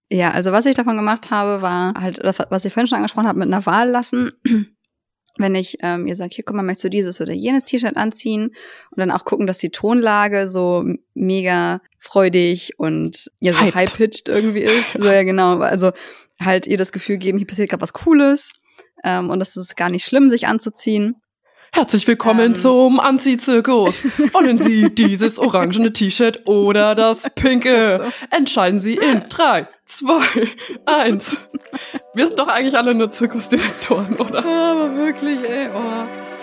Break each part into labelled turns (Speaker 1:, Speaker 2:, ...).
Speaker 1: Ja, also was ich davon gemacht habe, war halt, das, was ich vorhin schon angesprochen habe, mit einer Wahl lassen. Wenn ich ihr sagt, hier, guck mal, möchtest du dieses oder jenes T-Shirt anziehen? Und dann auch gucken, dass die Tonlage so mega freudig und ja so high-pitched irgendwie ist. So, ja, genau. Also halt ihr das Gefühl geben, hier passiert gerade was Cooles. Und es ist gar nicht schlimm, sich anzuziehen.
Speaker 2: Herzlich willkommen zum Anziehzirkus. Wollen Sie dieses orangene T-Shirt oder das pinke? So. Entscheiden Sie in 3, 2, 1. Wir sind doch eigentlich alle nur Zirkusdirektoren, oder?
Speaker 1: Ja, aber wirklich, ey. Oh.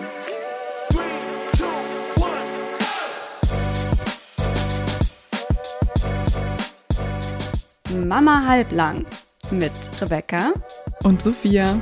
Speaker 1: Mama halblang mit Rebecca
Speaker 2: und Sophia.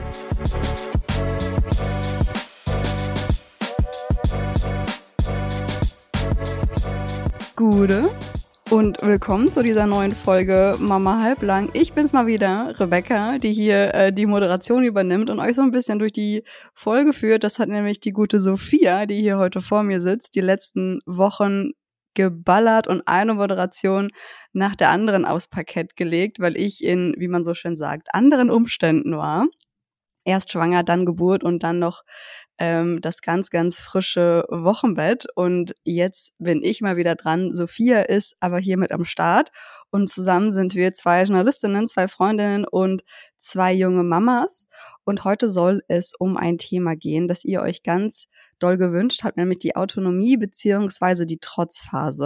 Speaker 1: Gute und willkommen zu dieser neuen Folge Mama halblang. Ich bin's mal wieder, Rebecca, die hier die Moderation übernimmt und euch so ein bisschen durch die Folge führt. Das hat nämlich die gute Sophia, die hier heute vor mir sitzt, die letzten Wochen geballert und eine Moderation nach der anderen aufs Parkett gelegt, weil ich in, wie man so schön sagt, anderen Umständen war. Erst schwanger, dann Geburt und dann noch das ganz, ganz frische Wochenbett. Und jetzt bin ich mal wieder dran. Sophia ist aber hier mit am Start. Und zusammen sind wir 2 Journalistinnen, 2 Freundinnen und 2 junge Mamas. Und heute soll es um ein Thema gehen, das ihr euch ganz doll gewünscht habt, nämlich die Autonomie beziehungsweise die Trotzphase.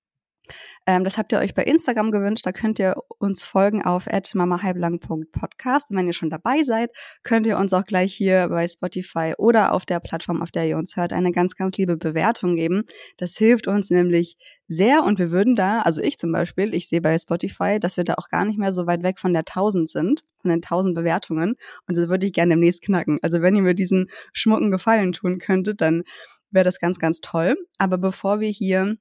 Speaker 1: Das habt ihr euch bei Instagram gewünscht, da könnt ihr uns folgen auf @mamahalblang.podcast. Und wenn ihr schon dabei seid, könnt ihr uns auch gleich hier bei Spotify oder auf der Plattform, auf der ihr uns hört, eine ganz, ganz liebe Bewertung geben. Das hilft uns nämlich sehr und wir würden da, also ich zum Beispiel, ich sehe bei Spotify, dass wir da auch gar nicht mehr so weit weg von der 1000 sind, von den 1000 Bewertungen und das würde ich gerne demnächst knacken. Also wenn ihr mir diesen schmucken Gefallen tun könntet, dann wäre das ganz, ganz toll. Aber bevor wir hier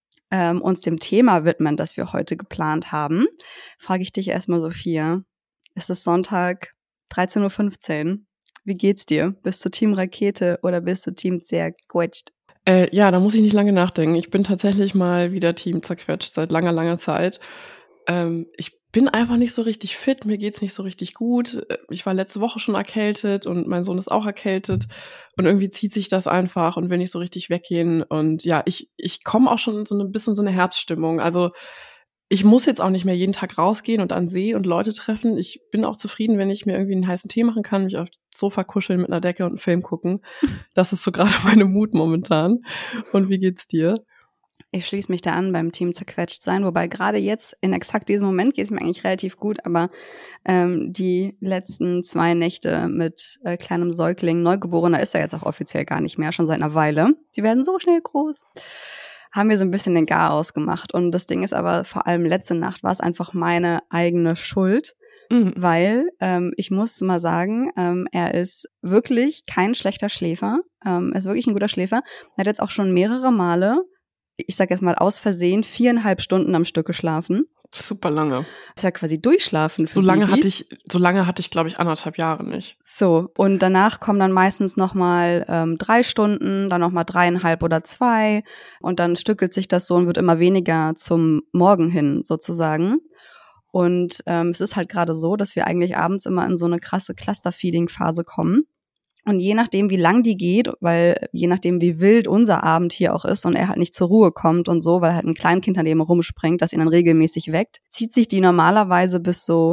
Speaker 1: uns dem Thema widmen, das wir heute geplant haben, frage ich dich erstmal, Sophia. Es ist Sonntag, 13:15 Uhr. Wie geht's dir? Bist du Team Rakete oder bist du Team zerquetscht?
Speaker 2: Ja, da muss ich nicht lange nachdenken. Ich bin tatsächlich mal wieder Team zerquetscht seit langer, langer Zeit. Ich bin einfach nicht so richtig fit, mir geht's nicht so richtig gut. Ich war letzte Woche schon erkältet und mein Sohn ist auch erkältet und irgendwie zieht sich das einfach und will nicht so richtig weggehen und ja, ich komme auch schon in so ein bisschen so eine Herzstimmung. Also ich muss jetzt auch nicht mehr jeden Tag rausgehen und an See und Leute treffen. Ich bin auch zufrieden, wenn ich mir irgendwie einen heißen Tee machen kann, mich aufs Sofa kuscheln mit einer Decke und einen Film gucken. Das ist so gerade meine Mut momentan. Und wie geht's dir?
Speaker 1: Ich schließe mich da an beim Team zerquetscht sein, wobei gerade jetzt in exakt diesem Moment geht es mir eigentlich relativ gut, aber die letzten 2 Nächte mit kleinem Säugling, Neugeborener ist er jetzt auch offiziell gar nicht mehr, schon seit einer Weile. Sie werden so schnell groß. Haben wir so ein bisschen den Garaus gemacht und das Ding ist aber, vor allem letzte Nacht war es einfach meine eigene Schuld, weil ich muss mal sagen, er ist wirklich kein schlechter Schläfer, er ist wirklich ein guter Schläfer. Er hat jetzt auch schon mehrere Male, ich sag jetzt mal aus Versehen, 4,5 Stunden am Stück geschlafen.
Speaker 2: Super lange.
Speaker 1: Das ist ja quasi durchschlafen.
Speaker 2: So lange hatte ich, glaube ich, 1,5 Jahre nicht.
Speaker 1: So, und danach kommen dann meistens nochmal 3 Stunden, dann nochmal 3,5 oder 2 und dann stückelt sich das so und wird immer weniger zum Morgen hin sozusagen. Und es ist halt gerade so, dass wir eigentlich abends immer in so eine krasse Cluster-Feeding-Phase kommen. Und je nachdem, wie lang die geht, weil je nachdem, wie wild unser Abend hier auch ist und er halt nicht zur Ruhe kommt und so, weil halt ein Kleinkind an dem rumspringt, das ihn dann regelmäßig weckt, zieht sich die normalerweise bis so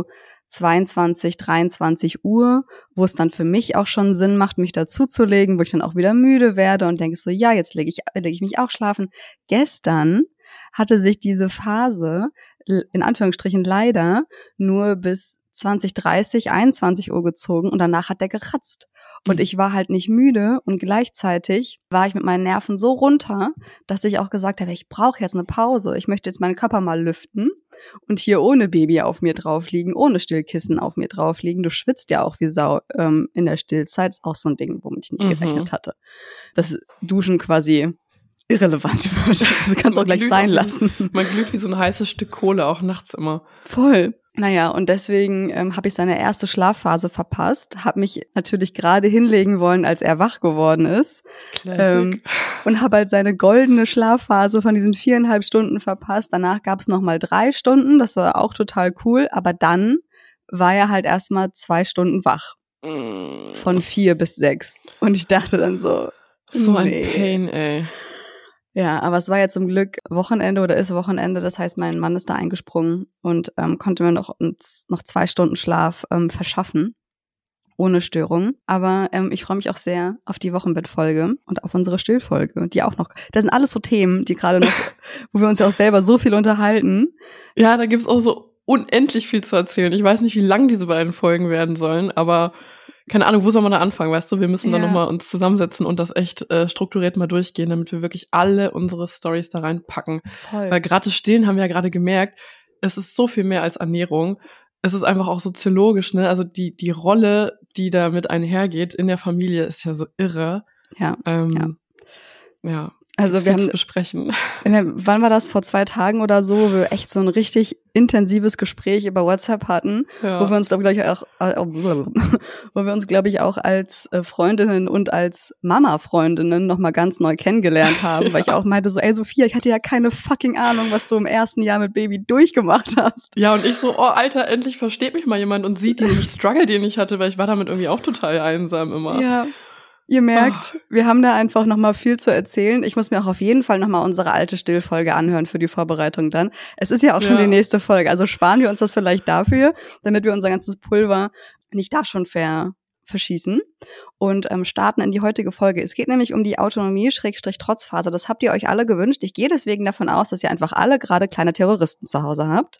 Speaker 1: 22, 23 Uhr, wo es dann für mich auch schon Sinn macht, mich dazuzulegen, wo ich dann auch wieder müde werde und denke so, ja, jetzt leg ich mich auch schlafen. Gestern hatte sich diese Phase, in Anführungsstrichen leider, nur bis 20, 30, 21 Uhr gezogen und danach hat der geratzt. Und ich war halt nicht müde und gleichzeitig war ich mit meinen Nerven so runter, dass ich auch gesagt habe, ich brauche jetzt eine Pause. Ich möchte jetzt meinen Körper mal lüften und hier ohne Baby auf mir drauf liegen, ohne Stillkissen auf mir drauf liegen. Du schwitzt ja auch wie Sau in der Stillzeit. Ist auch so ein Ding, womit ich nicht gerechnet hatte. Dass Duschen quasi irrelevant wird. Also kannst auch gleich sein lassen.
Speaker 2: Man glüht wie so ein heißes Stück Kohle, auch nachts immer.
Speaker 1: Voll. Naja, und deswegen habe ich seine erste Schlafphase verpasst, habe mich natürlich gerade hinlegen wollen, als er wach geworden ist.
Speaker 2: Classic.
Speaker 1: Und habe halt seine goldene Schlafphase von diesen 4,5 Stunden verpasst. Danach gab es nochmal 3 Stunden, das war auch total cool. Aber dann war er halt erstmal 2 Stunden wach. Von 4 bis 6. Und ich dachte dann so,
Speaker 2: so ein Pain, ey.
Speaker 1: Ja, aber es war ja zum Glück Wochenende oder ist Wochenende. Das heißt, mein Mann ist da eingesprungen und konnte mir noch 2 Stunden Schlaf verschaffen. Ohne Störung. Aber ich freue mich auch sehr auf die Wochenbettfolge und auf unsere Stillfolge, die auch noch, das sind alles so Themen, die gerade noch, wo wir uns ja auch selber so viel unterhalten.
Speaker 2: Ja, da gibt's auch so unendlich viel zu erzählen. Ich weiß nicht, wie lang diese beiden Folgen werden sollen, aber keine Ahnung, wo soll man da anfangen, weißt du? Wir müssen da nochmal uns zusammensetzen und das echt strukturiert mal durchgehen, damit wir wirklich alle unsere Storys da reinpacken.
Speaker 1: Voll.
Speaker 2: Weil gerade das Stillen haben wir ja gerade gemerkt, es ist so viel mehr als Ernährung. Es ist einfach auch soziologisch, ne? Also die Rolle, die da mit einhergeht in der Familie, ist ja so irre.
Speaker 1: Ja.
Speaker 2: Ja.
Speaker 1: Also wir haben
Speaker 2: besprechen.
Speaker 1: Wann war das? Vor 2 Tagen oder so, wo wir echt so ein richtig intensives Gespräch über WhatsApp hatten, wo wir uns, glaube ich, auch als Freundinnen und als Mama-Freundinnen nochmal ganz neu kennengelernt haben, weil ich auch meinte so, ey Sophia, ich hatte ja keine fucking Ahnung, was du im ersten Jahr mit Baby durchgemacht hast.
Speaker 2: Ja, und ich so, oh Alter, endlich versteht mich mal jemand und sieht diesen Struggle, den ich hatte, weil ich war damit irgendwie auch total einsam immer.
Speaker 1: Ja. Ihr merkt, wir haben da einfach nochmal viel zu erzählen. Ich muss mir auch auf jeden Fall nochmal unsere alte Stillfolge anhören für die Vorbereitung dann. Es ist ja auch schon die nächste Folge, also sparen wir uns das vielleicht dafür, damit wir unser ganzes Pulver nicht da schon verschießen und starten in die heutige Folge. Es geht nämlich um die Autonomie-Trotzphase. Das habt ihr euch alle gewünscht. Ich gehe deswegen davon aus, dass ihr einfach alle gerade kleine Terroristen zu Hause habt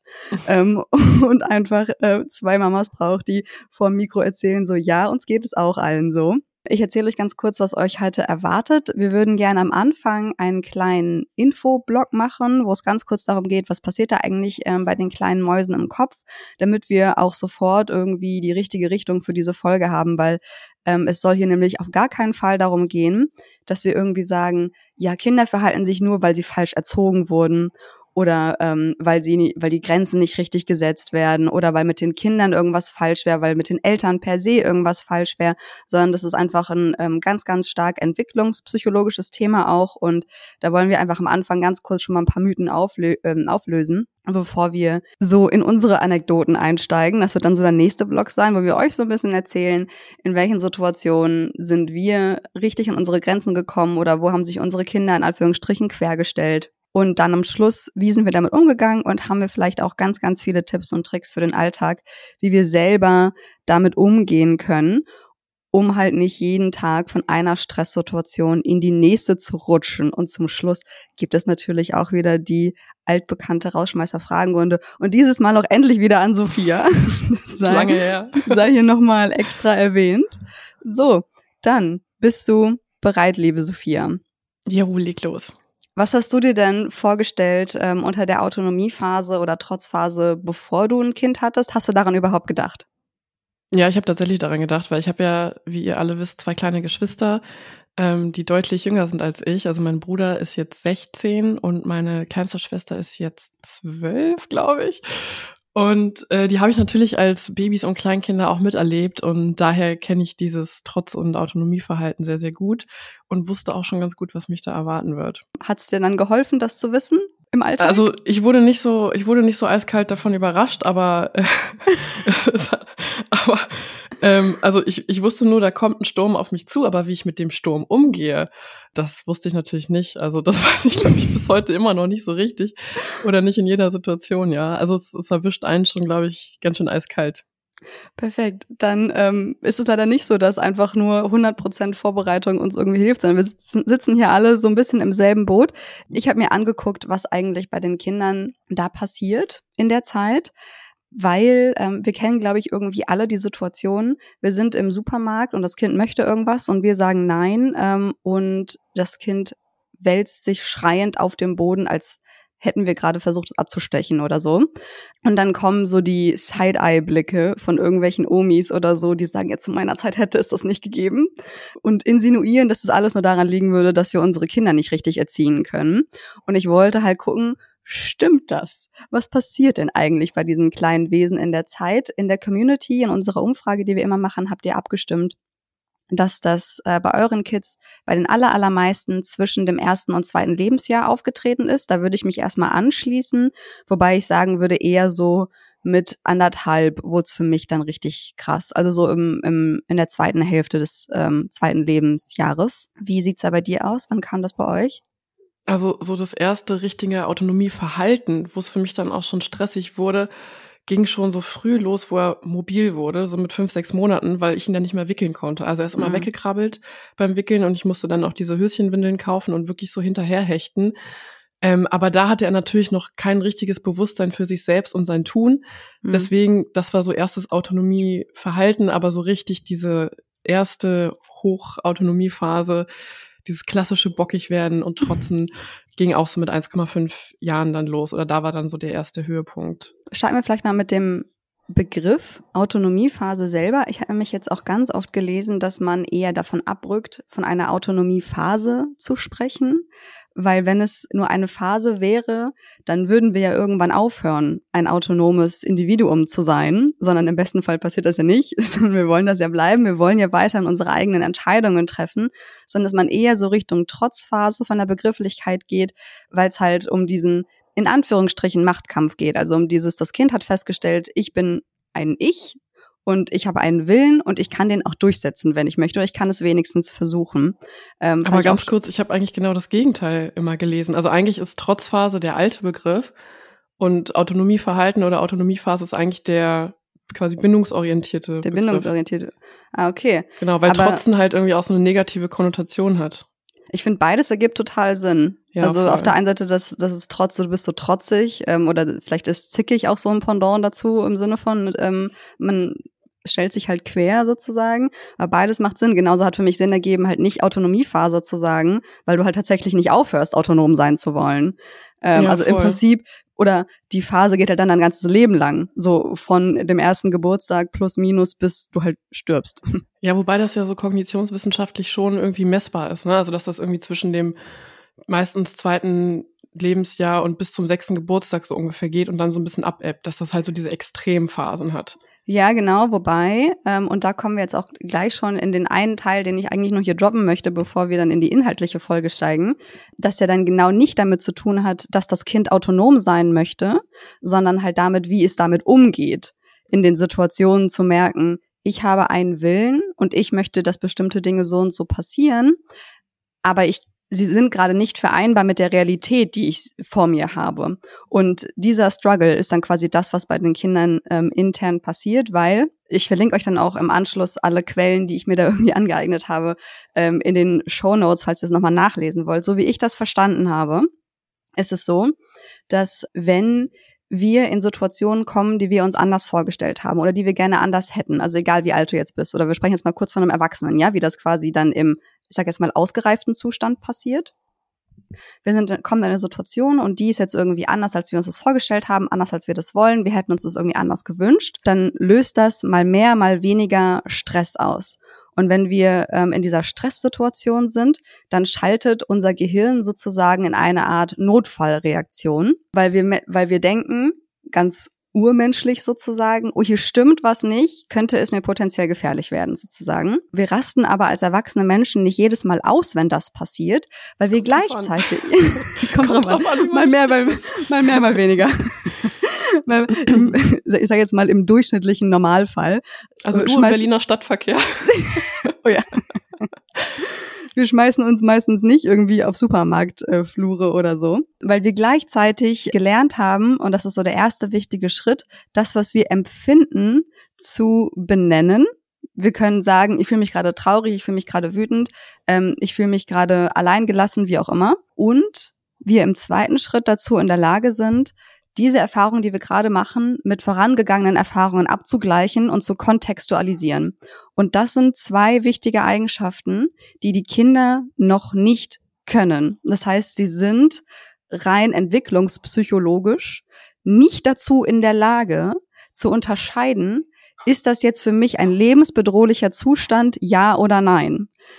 Speaker 1: und einfach 2 Mamas braucht, die vor dem Mikro erzählen so, ja, uns geht es auch allen so. Ich erzähle euch ganz kurz, was euch heute erwartet. Wir würden gerne am Anfang einen kleinen Infoblock machen, wo es ganz kurz darum geht, was passiert da eigentlich bei den kleinen Mäusen im Kopf, damit wir auch sofort irgendwie die richtige Richtung für diese Folge haben, weil es soll hier nämlich auf gar keinen Fall darum gehen, dass wir irgendwie sagen, ja, Kinder verhalten sich nur, weil sie falsch erzogen wurden oder weil die Grenzen nicht richtig gesetzt werden oder weil mit den Kindern irgendwas falsch wäre, weil mit den Eltern per se irgendwas falsch wäre, sondern das ist einfach ein ganz, ganz stark entwicklungspsychologisches Thema auch und da wollen wir einfach am Anfang ganz kurz schon mal ein paar Mythen auflösen, bevor wir so in unsere Anekdoten einsteigen. Das wird dann so der nächste Blog sein, wo wir euch so ein bisschen erzählen, in welchen Situationen sind wir richtig an unsere Grenzen gekommen oder wo haben sich unsere Kinder in Anführungsstrichen quergestellt. Und dann am Schluss, wie sind wir damit umgegangen und haben wir vielleicht auch ganz, ganz viele Tipps und Tricks für den Alltag, wie wir selber damit umgehen können, um halt nicht jeden Tag von einer Stresssituation in die nächste zu rutschen. Und zum Schluss gibt es natürlich auch wieder die altbekannte Rausschmeißer-Fragenrunde. Und dieses Mal auch endlich wieder an Sophia.
Speaker 2: Das ist lange her.
Speaker 1: Sei hier nochmal extra erwähnt. So, dann bist du bereit, liebe Sophia?
Speaker 2: Jo, leg los.
Speaker 1: Was hast du dir denn vorgestellt unter der Autonomiephase oder Trotzphase, bevor du ein Kind hattest? Hast du daran überhaupt gedacht?
Speaker 2: Ja, ich habe tatsächlich daran gedacht, weil ich habe ja, wie ihr alle wisst, 2 kleine Geschwister, die deutlich jünger sind als ich. Also mein Bruder ist jetzt 16 und meine kleinste Schwester ist jetzt 12, glaube ich. Und die habe ich natürlich als Babys und Kleinkinder auch miterlebt und daher kenne ich dieses Trotz- und Autonomieverhalten sehr, sehr gut und wusste auch schon ganz gut, was mich da erwarten wird.
Speaker 1: Hat es dir dann geholfen, das zu wissen im Alltag?
Speaker 2: Also ich wurde nicht so eiskalt davon überrascht, aber also ich wusste nur, da kommt ein Sturm auf mich zu, aber wie ich mit dem Sturm umgehe, das wusste ich natürlich nicht. Also das weiß ich, glaube ich, bis heute immer noch nicht so richtig oder nicht in jeder Situation, ja. Also es erwischt einen schon, glaube ich, ganz schön eiskalt.
Speaker 1: Perfekt. Dann ist es leider nicht so, dass einfach nur 100% Vorbereitung uns irgendwie hilft, sondern wir sitzen hier alle so ein bisschen im selben Boot. Ich habe mir angeguckt, was eigentlich bei den Kindern da passiert in der Zeit. Weil wir kennen, glaube ich, irgendwie alle die Situation, wir sind im Supermarkt und das Kind möchte irgendwas und wir sagen nein und das Kind wälzt sich schreiend auf dem Boden, als hätten wir gerade versucht, es abzustechen oder so. Und dann kommen so die Side-Eye-Blicke von irgendwelchen Omis oder so, die sagen, ja, zu meiner Zeit hätte es das nicht gegeben und insinuieren, dass das alles nur daran liegen würde, dass wir unsere Kinder nicht richtig erziehen können. Und ich wollte halt gucken, Stimmt das? Was passiert denn eigentlich bei diesen kleinen Wesen in der Zeit? In der Community, in unserer Umfrage, die wir immer machen, habt ihr abgestimmt, dass das bei euren Kids bei den allermeisten zwischen dem 1. und 2. Lebensjahr aufgetreten ist. Da würde ich mich erstmal anschließen, wobei ich sagen würde, eher so mit 1,5 wurde es für mich dann richtig krass. Also so in der zweiten Hälfte des 2. Lebensjahres. Wie sieht's da bei dir aus? Wann kam das bei euch?
Speaker 2: Also so das erste richtige Autonomieverhalten, wo es für mich dann auch schon stressig wurde, ging schon so früh los, wo er mobil wurde, so mit 5, 6 Monaten, weil ich ihn dann nicht mehr wickeln konnte. Also er ist immer weggekrabbelt beim Wickeln und ich musste dann auch diese Höschenwindeln kaufen und wirklich so hinterherhechten. Aber da hatte er natürlich noch kein richtiges Bewusstsein für sich selbst und sein Tun. Deswegen, das war so erstes Autonomieverhalten, aber so richtig diese erste Hochautonomiephase, dieses klassische bockig werden und trotzen, ging auch so mit 1,5 Jahren dann los. Oder da war dann so der erste Höhepunkt.
Speaker 1: Starten wir vielleicht mal mit dem Begriff Autonomiephase selber. Ich habe nämlich jetzt auch ganz oft gelesen, dass man eher davon abrückt, von einer Autonomiephase zu sprechen. Weil wenn es nur eine Phase wäre, dann würden wir ja irgendwann aufhören, ein autonomes Individuum zu sein, sondern im besten Fall passiert das ja nicht, sondern wir wollen das ja bleiben, wir wollen ja weiterhin unsere eigenen Entscheidungen treffen, sondern dass man eher so Richtung Trotzphase von der Begrifflichkeit geht, weil es halt um diesen, in Anführungsstrichen, Machtkampf geht, also um dieses, das Kind hat festgestellt, ich bin ein Ich, und ich habe einen Willen und ich kann den auch durchsetzen, wenn ich möchte. Oder ich kann es wenigstens versuchen.
Speaker 2: Aber ganz kurz, ich habe eigentlich genau das Gegenteil immer gelesen. Also eigentlich ist Trotzphase der alte Begriff und Autonomieverhalten oder Autonomiephase ist eigentlich der quasi bindungsorientierte
Speaker 1: Der
Speaker 2: Begriff.
Speaker 1: Bindungsorientierte. Ah, okay.
Speaker 2: Genau, weil Trotzen halt irgendwie auch so eine negative Konnotation hat.
Speaker 1: Ich finde, beides ergibt total Sinn.
Speaker 2: Ja,
Speaker 1: also
Speaker 2: voll.
Speaker 1: auf der einen Seite, das ist Trotz, du bist so trotzig, oder vielleicht ist zickig auch so ein Pendant dazu im Sinne von, man stellt sich halt quer sozusagen, aber beides macht Sinn. Genauso hat für mich Sinn ergeben, halt nicht Autonomiephase zu sagen, weil du halt tatsächlich nicht aufhörst, autonom sein zu wollen. Also
Speaker 2: voll.
Speaker 1: im Prinzip, oder die Phase geht halt dann dein ganzes Leben lang, so von dem ersten Geburtstag plus minus, bis du halt stirbst.
Speaker 2: Ja, wobei das ja so kognitionswissenschaftlich schon irgendwie messbar ist, ne? Also dass das irgendwie zwischen dem meistens 2. Lebensjahr und bis zum 6. Geburtstag so ungefähr geht und dann so ein bisschen abebbt, dass das halt so diese Extremphasen hat.
Speaker 1: Ja, genau, wobei, und da kommen wir jetzt auch gleich schon in den einen Teil, den ich eigentlich nur hier droppen möchte, bevor wir dann in die inhaltliche Folge steigen, dass ja dann genau nicht damit zu tun hat, dass das Kind autonom sein möchte, sondern halt damit, wie es damit umgeht, in den Situationen zu merken, ich habe einen Willen und ich möchte, dass bestimmte Dinge so und so passieren, aber sie sind gerade nicht vereinbar mit der Realität, die ich vor mir habe. Und dieser Struggle ist dann quasi das, was bei den Kindern intern passiert, weil ich verlinke euch dann auch im Anschluss alle Quellen, die ich mir da irgendwie angeeignet habe, in den Shownotes, falls ihr es nochmal nachlesen wollt. So wie ich das verstanden habe, ist es so, dass wenn wir in Situationen kommen, die wir uns anders vorgestellt haben oder die wir gerne anders hätten, also egal wie alt du jetzt bist, oder wir sprechen jetzt mal kurz von einem Erwachsenen, ja, wie das quasi dann im, ich sag jetzt mal, ausgereiften Zustand passiert. Wir kommen in eine Situation und die ist jetzt irgendwie anders, als wir uns das vorgestellt haben, anders, als wir das wollen. Wir hätten uns das irgendwie anders gewünscht. Dann löst das mal mehr, mal weniger Stress aus. Und wenn wir in dieser Stresssituation sind, dann schaltet unser Gehirn sozusagen in eine Art Notfallreaktion, weil wir denken, ganz urmenschlich sozusagen, oh, hier stimmt was nicht, könnte es mir potenziell gefährlich werden sozusagen. Wir rasten aber als erwachsene Menschen nicht jedes Mal aus, wenn das passiert, weil wir gleichzeitig kommt drauf an, mal mehr, mal weniger. Ich sage jetzt mal im durchschnittlichen Normalfall.
Speaker 2: Also im Berliner Stadtverkehr.
Speaker 1: Oh ja. Wir schmeißen uns meistens nicht irgendwie auf Supermarktflure oder so, weil wir gleichzeitig gelernt haben, und das ist so der erste wichtige Schritt, das, was wir empfinden, zu benennen. Wir können sagen, ich fühle mich gerade traurig, ich fühle mich gerade wütend, ich fühle mich gerade alleingelassen, wie auch immer. Und wir im zweiten Schritt dazu in der Lage sind, diese Erfahrungen, die wir gerade machen, mit vorangegangenen Erfahrungen abzugleichen und zu kontextualisieren. Und das sind 2 wichtige Eigenschaften, die die Kinder noch nicht können. Das heißt, sie sind rein entwicklungspsychologisch nicht dazu in der Lage, zu unterscheiden, ist das jetzt für mich ein lebensbedrohlicher Zustand, ja oder nein?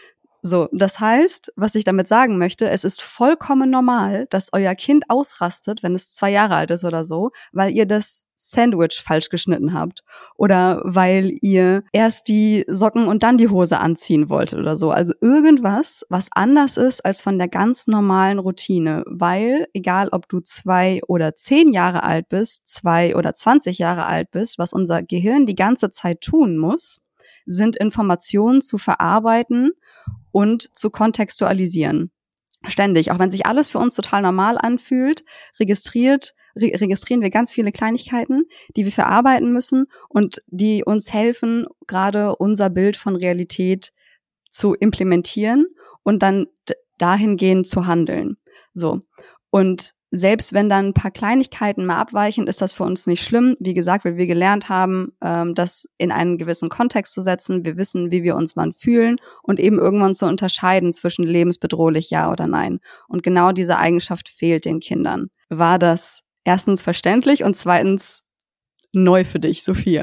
Speaker 1: So, das heißt, was ich damit sagen möchte, es ist vollkommen normal, dass euer Kind ausrastet, wenn es 2 Jahre alt ist oder so, weil ihr das Sandwich falsch geschnitten habt oder weil ihr erst die Socken und dann die Hose anziehen wolltet oder so. Also irgendwas, was anders ist als von der ganz normalen Routine, weil egal ob du 2 oder 10 Jahre alt bist, 2 oder 20 Jahre alt bist, was unser Gehirn die ganze Zeit tun muss, sind Informationen zu verarbeiten und zu kontextualisieren. Ständig, auch wenn sich alles für uns total normal anfühlt, registrieren wir ganz viele Kleinigkeiten, die wir verarbeiten müssen und die uns helfen, gerade unser Bild von Realität zu implementieren und dann dahingehend zu handeln. So. Und selbst wenn dann ein paar Kleinigkeiten mal abweichen, ist das für uns nicht schlimm. Wie gesagt, weil wir gelernt haben, das in einen gewissen Kontext zu setzen. Wir wissen, wie wir uns wann fühlen und eben irgendwann zu unterscheiden zwischen lebensbedrohlich, ja oder nein. Und genau diese Eigenschaft fehlt den Kindern. War das erstens verständlich und zweitens neu für dich, Sophia?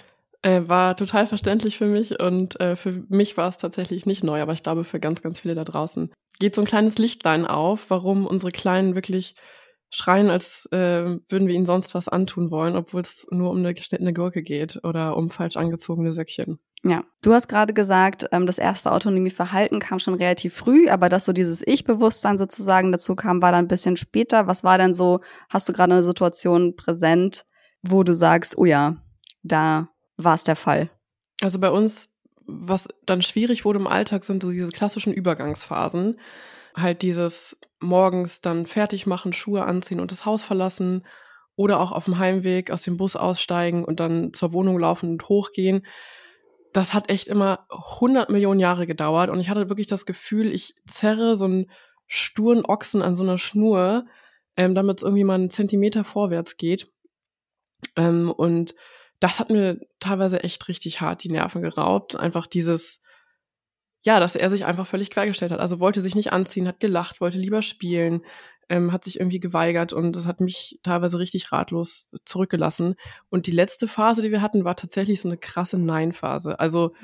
Speaker 2: War total verständlich für mich und für mich war es tatsächlich nicht neu, aber ich glaube für ganz, ganz viele da draußen geht so ein kleines Lichtlein auf, warum unsere Kleinen wirklich schreien, als würden wir ihnen sonst was antun wollen, obwohl es nur um eine geschnittene Gurke geht oder um falsch angezogene Söckchen.
Speaker 1: Ja, du hast gerade gesagt, das erste Autonomieverhalten kam schon relativ früh, aber dass so dieses Ich-Bewusstsein sozusagen dazu kam, war dann ein bisschen später. Was war denn so, hast du gerade eine Situation präsent, wo du sagst, oh ja, da war es der Fall?
Speaker 2: Also bei uns, was dann schwierig wurde im Alltag, sind so diese klassischen Übergangsphasen. Halt dieses morgens dann fertig machen, Schuhe anziehen und das Haus verlassen oder auch auf dem Heimweg aus dem Bus aussteigen und dann zur Wohnung laufen und hochgehen. Das hat echt immer 100 Millionen Jahre gedauert und ich hatte wirklich das Gefühl, ich zerre so einen sturen Ochsen an so einer Schnur, damit es irgendwie mal einen Zentimeter vorwärts geht. Und das hat mir teilweise echt richtig hart die Nerven geraubt. Einfach dieses, ja, dass er sich einfach völlig quergestellt hat. Also wollte sich nicht anziehen, hat gelacht, wollte lieber spielen, hat sich irgendwie geweigert und das hat mich teilweise richtig ratlos zurückgelassen. Und die letzte Phase, die wir hatten, war tatsächlich so eine krasse Nein-Phase. Also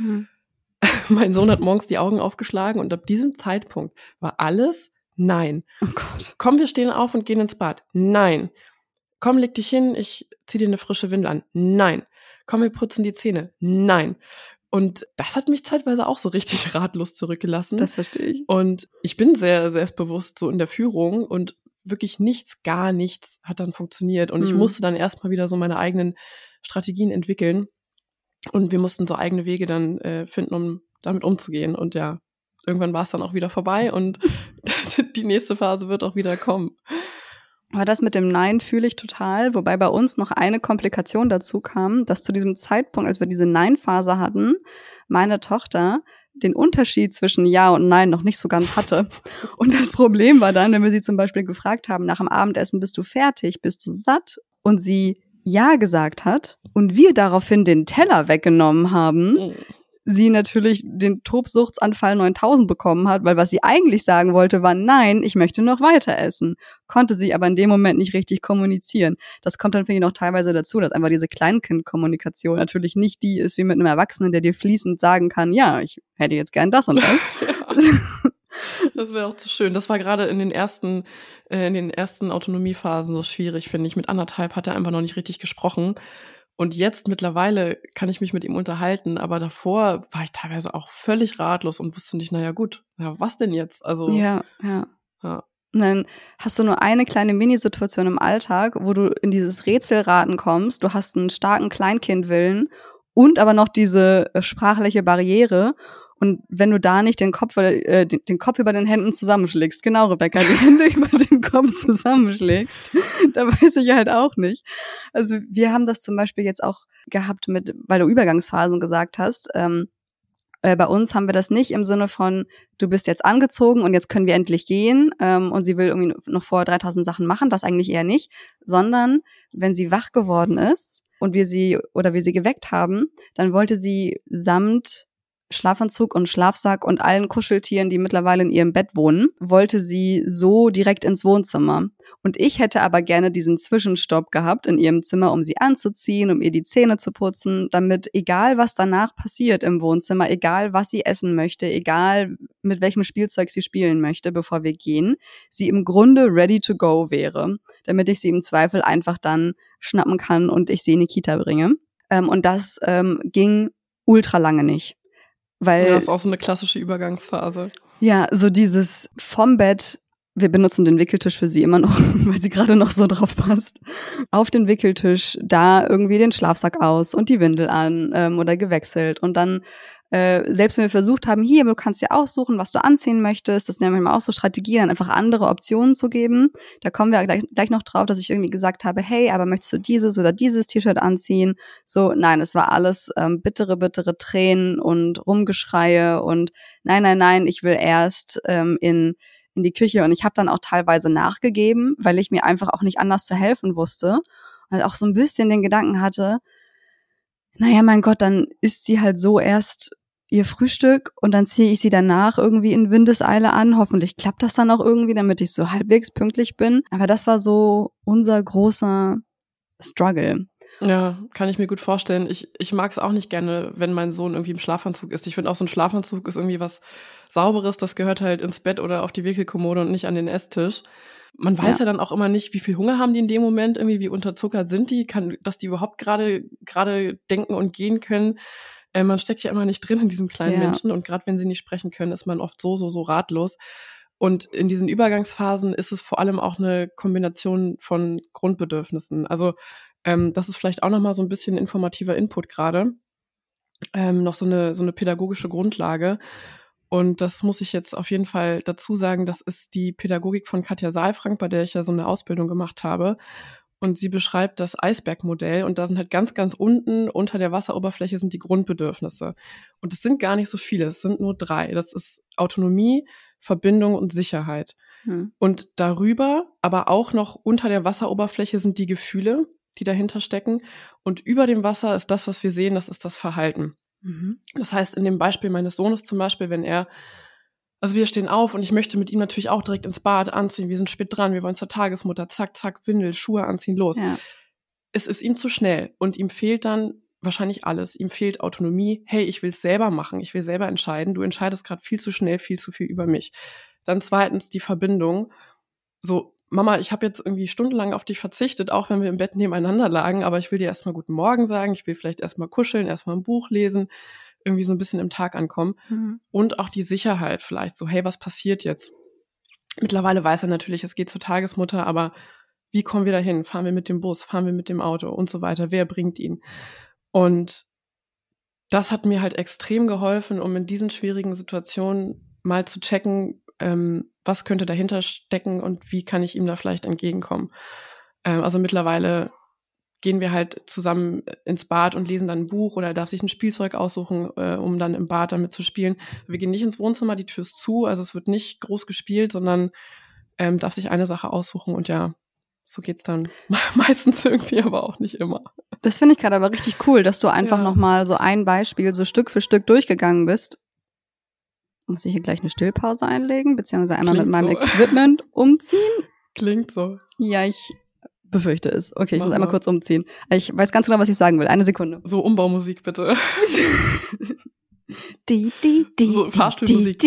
Speaker 2: mein Sohn hat morgens die Augen aufgeschlagen und ab diesem Zeitpunkt war alles Nein.
Speaker 1: Oh Gott.
Speaker 2: Komm, wir stehen auf und gehen ins Bad. Nein. Komm, leg dich hin, ich zieh dir eine frische Windel an. Nein. Komm, wir putzen die Zähne. Nein. Und das hat mich zeitweise auch so richtig ratlos zurückgelassen.
Speaker 1: Das verstehe ich.
Speaker 2: Und ich bin sehr selbstbewusst so in der Führung und wirklich gar nichts hat dann funktioniert. Und ich musste dann erstmal wieder so meine eigenen Strategien entwickeln. Und wir mussten so eigene Wege dann finden, um damit umzugehen. Und ja, irgendwann war es dann auch wieder vorbei und die nächste Phase wird auch wieder kommen.
Speaker 1: Aber das mit dem Nein fühle ich total, wobei bei uns noch eine Komplikation dazu kam, dass zu diesem Zeitpunkt, als wir diese Nein-Phase hatten, meine Tochter den Unterschied zwischen Ja und Nein noch nicht so ganz hatte. Und das Problem war dann, wenn wir sie zum Beispiel gefragt haben, nach dem Abendessen, bist du fertig, bist du satt? Und sie Ja gesagt hat und wir daraufhin den Teller weggenommen haben, sie natürlich den Tobsuchtsanfall 9000 bekommen hat, weil was sie eigentlich sagen wollte, war nein, ich möchte noch weiter essen. Konnte sie aber in dem Moment nicht richtig kommunizieren. Das kommt dann, finde ich, noch teilweise dazu, dass einfach diese Kleinkindkommunikation natürlich nicht die ist, wie mit einem Erwachsenen, der dir fließend sagen kann, ja, ich hätte jetzt gern das und das.
Speaker 2: Ja. Das wäre auch zu schön. Das war gerade in den ersten Autonomiephasen so schwierig, finde ich. Mit 1,5 hat er einfach noch nicht richtig gesprochen. Und jetzt mittlerweile kann ich mich mit ihm unterhalten, aber davor war ich teilweise auch völlig ratlos und wusste nicht, naja gut, ja, was denn jetzt? Also
Speaker 1: Ja. Und dann hast du nur eine kleine Minisituation im Alltag, wo du in dieses Rätselraten kommst. Du hast einen starken Kleinkindwillen und aber noch diese sprachliche Barriere. Und wenn du da nicht den Kopf über den Händen zusammenschlägst, genau, Rebecca, die Hände über den Kopf zusammenschlägst, da weiß ich halt auch nicht. Also wir haben das zum Beispiel jetzt auch gehabt weil du Übergangsphasen gesagt hast. Bei uns haben wir das nicht im Sinne von, du bist jetzt angezogen und jetzt können wir endlich gehen und sie will irgendwie noch vorher 3000 Sachen machen, das eigentlich eher nicht, sondern wenn sie wach geworden ist und wir sie geweckt haben, dann wollte sie samt Schlafanzug und Schlafsack und allen Kuscheltieren, die mittlerweile in ihrem Bett wohnen, wollte sie so direkt ins Wohnzimmer. Und ich hätte aber gerne diesen Zwischenstopp gehabt in ihrem Zimmer, um sie anzuziehen, um ihr die Zähne zu putzen, damit egal was danach passiert im Wohnzimmer, egal was sie essen möchte, egal mit welchem Spielzeug sie spielen möchte, bevor wir gehen, sie im Grunde ready to go wäre, damit ich sie im Zweifel einfach dann schnappen kann und ich sie in die Kita bringe. Und das ging ultra lange nicht. Weil,
Speaker 2: das ist auch so eine klassische Übergangsphase.
Speaker 1: Ja, so dieses vom Bett, wir benutzen den Wickeltisch für sie immer noch, weil sie gerade noch so drauf passt, auf den Wickeltisch, da irgendwie den Schlafsack aus und die Windel an oder gewechselt und dann selbst wenn wir versucht haben, hier, du kannst dir aussuchen, was du anziehen möchtest, das sind ja manchmal auch so Strategien, dann einfach andere Optionen zu geben. Da kommen wir gleich noch drauf, dass ich irgendwie gesagt habe, hey, aber möchtest du dieses oder dieses T-Shirt anziehen? So, nein, es war alles bittere Tränen und Rumgeschreie und nein, ich will erst in die Küche und ich habe dann auch teilweise nachgegeben, weil ich mir einfach auch nicht anders zu helfen wusste und auch so ein bisschen den Gedanken hatte, naja, mein Gott, dann isst sie halt so erst ihr Frühstück und dann ziehe ich sie danach irgendwie in Windeseile an. Hoffentlich klappt das dann auch irgendwie, damit ich so halbwegs pünktlich bin. Aber das war so unser großer Struggle.
Speaker 2: Ja, kann ich mir gut vorstellen. Ich mag es auch nicht gerne, wenn mein Sohn irgendwie im Schlafanzug ist. Ich finde auch so ein Schlafanzug ist irgendwie was Sauberes, das gehört halt ins Bett oder auf die Wickelkommode und nicht an den Esstisch. Man weiß ja dann auch immer nicht, wie viel Hunger haben die in dem Moment, irgendwie wie unterzuckert sind die, dass die überhaupt gerade denken und gehen können. Man steckt ja immer nicht drin in diesen kleinen Menschen und gerade wenn sie nicht sprechen können, ist man oft so ratlos. Und in diesen Übergangsphasen ist es vor allem auch eine Kombination von Grundbedürfnissen. Also das ist vielleicht auch nochmal so ein bisschen informativer Input gerade. Noch so eine pädagogische Grundlage. Und das muss ich jetzt auf jeden Fall dazu sagen, das ist die Pädagogik von Katja Saalfrank, bei der ich ja so eine Ausbildung gemacht habe. Und sie beschreibt das Eisbergmodell und da sind halt ganz, ganz unten unter der Wasseroberfläche sind die Grundbedürfnisse. Und es sind gar nicht so viele, es sind nur 3. Das ist Autonomie, Verbindung und Sicherheit. Und darüber, aber auch noch unter der Wasseroberfläche sind die Gefühle, die dahinter stecken. Und über dem Wasser ist das, was wir sehen, das ist das Verhalten. Das heißt, in dem Beispiel meines Sohnes zum Beispiel, also wir stehen auf und ich möchte mit ihm natürlich auch direkt ins Bad anziehen, wir sind spät dran, wir wollen zur Tagesmutter, zack, zack, Windel, Schuhe anziehen, los. Ja. Es ist ihm zu schnell und ihm fehlt dann wahrscheinlich alles. Ihm fehlt Autonomie, hey, ich will es selber machen, ich will selber entscheiden, du entscheidest gerade viel zu schnell, viel zu viel über mich. Dann zweitens die Verbindung, so, Mama, ich habe jetzt irgendwie stundenlang auf dich verzichtet, auch wenn wir im Bett nebeneinander lagen, aber ich will dir erstmal guten Morgen sagen, ich will vielleicht erstmal kuscheln, erstmal ein Buch lesen, irgendwie so ein bisschen im Tag ankommen. Und auch die Sicherheit vielleicht, so hey, was passiert jetzt? Mittlerweile weiß er natürlich, es geht zur Tagesmutter, aber wie kommen wir dahin? Fahren wir mit dem Bus, fahren wir mit dem Auto und so weiter? Wer bringt ihn? Und das hat mir halt extrem geholfen, um in diesen schwierigen Situationen mal zu checken, was könnte dahinter stecken und wie kann ich ihm da vielleicht entgegenkommen. Also mittlerweile gehen wir halt zusammen ins Bad und lesen dann ein Buch oder er darf sich ein Spielzeug aussuchen, um dann im Bad damit zu spielen. Wir gehen nicht ins Wohnzimmer, die Tür ist zu, also es wird nicht groß gespielt, sondern darf sich eine Sache aussuchen und ja, so geht's dann meistens irgendwie, aber auch nicht immer.
Speaker 1: Das finde ich gerade aber richtig cool, dass du einfach nochmal so ein Beispiel so Stück für Stück durchgegangen bist. Muss ich hier gleich eine Stillpause einlegen, beziehungsweise einmal mit meinem Equipment umziehen?
Speaker 2: Klingt so.
Speaker 1: Ja, ich befürchte es. Okay, ich muss einmal kurz umziehen. Ich weiß ganz genau, was ich sagen will. Eine Sekunde.
Speaker 2: So Umbaumusik bitte.
Speaker 1: So
Speaker 2: Fahrstuhlmusik.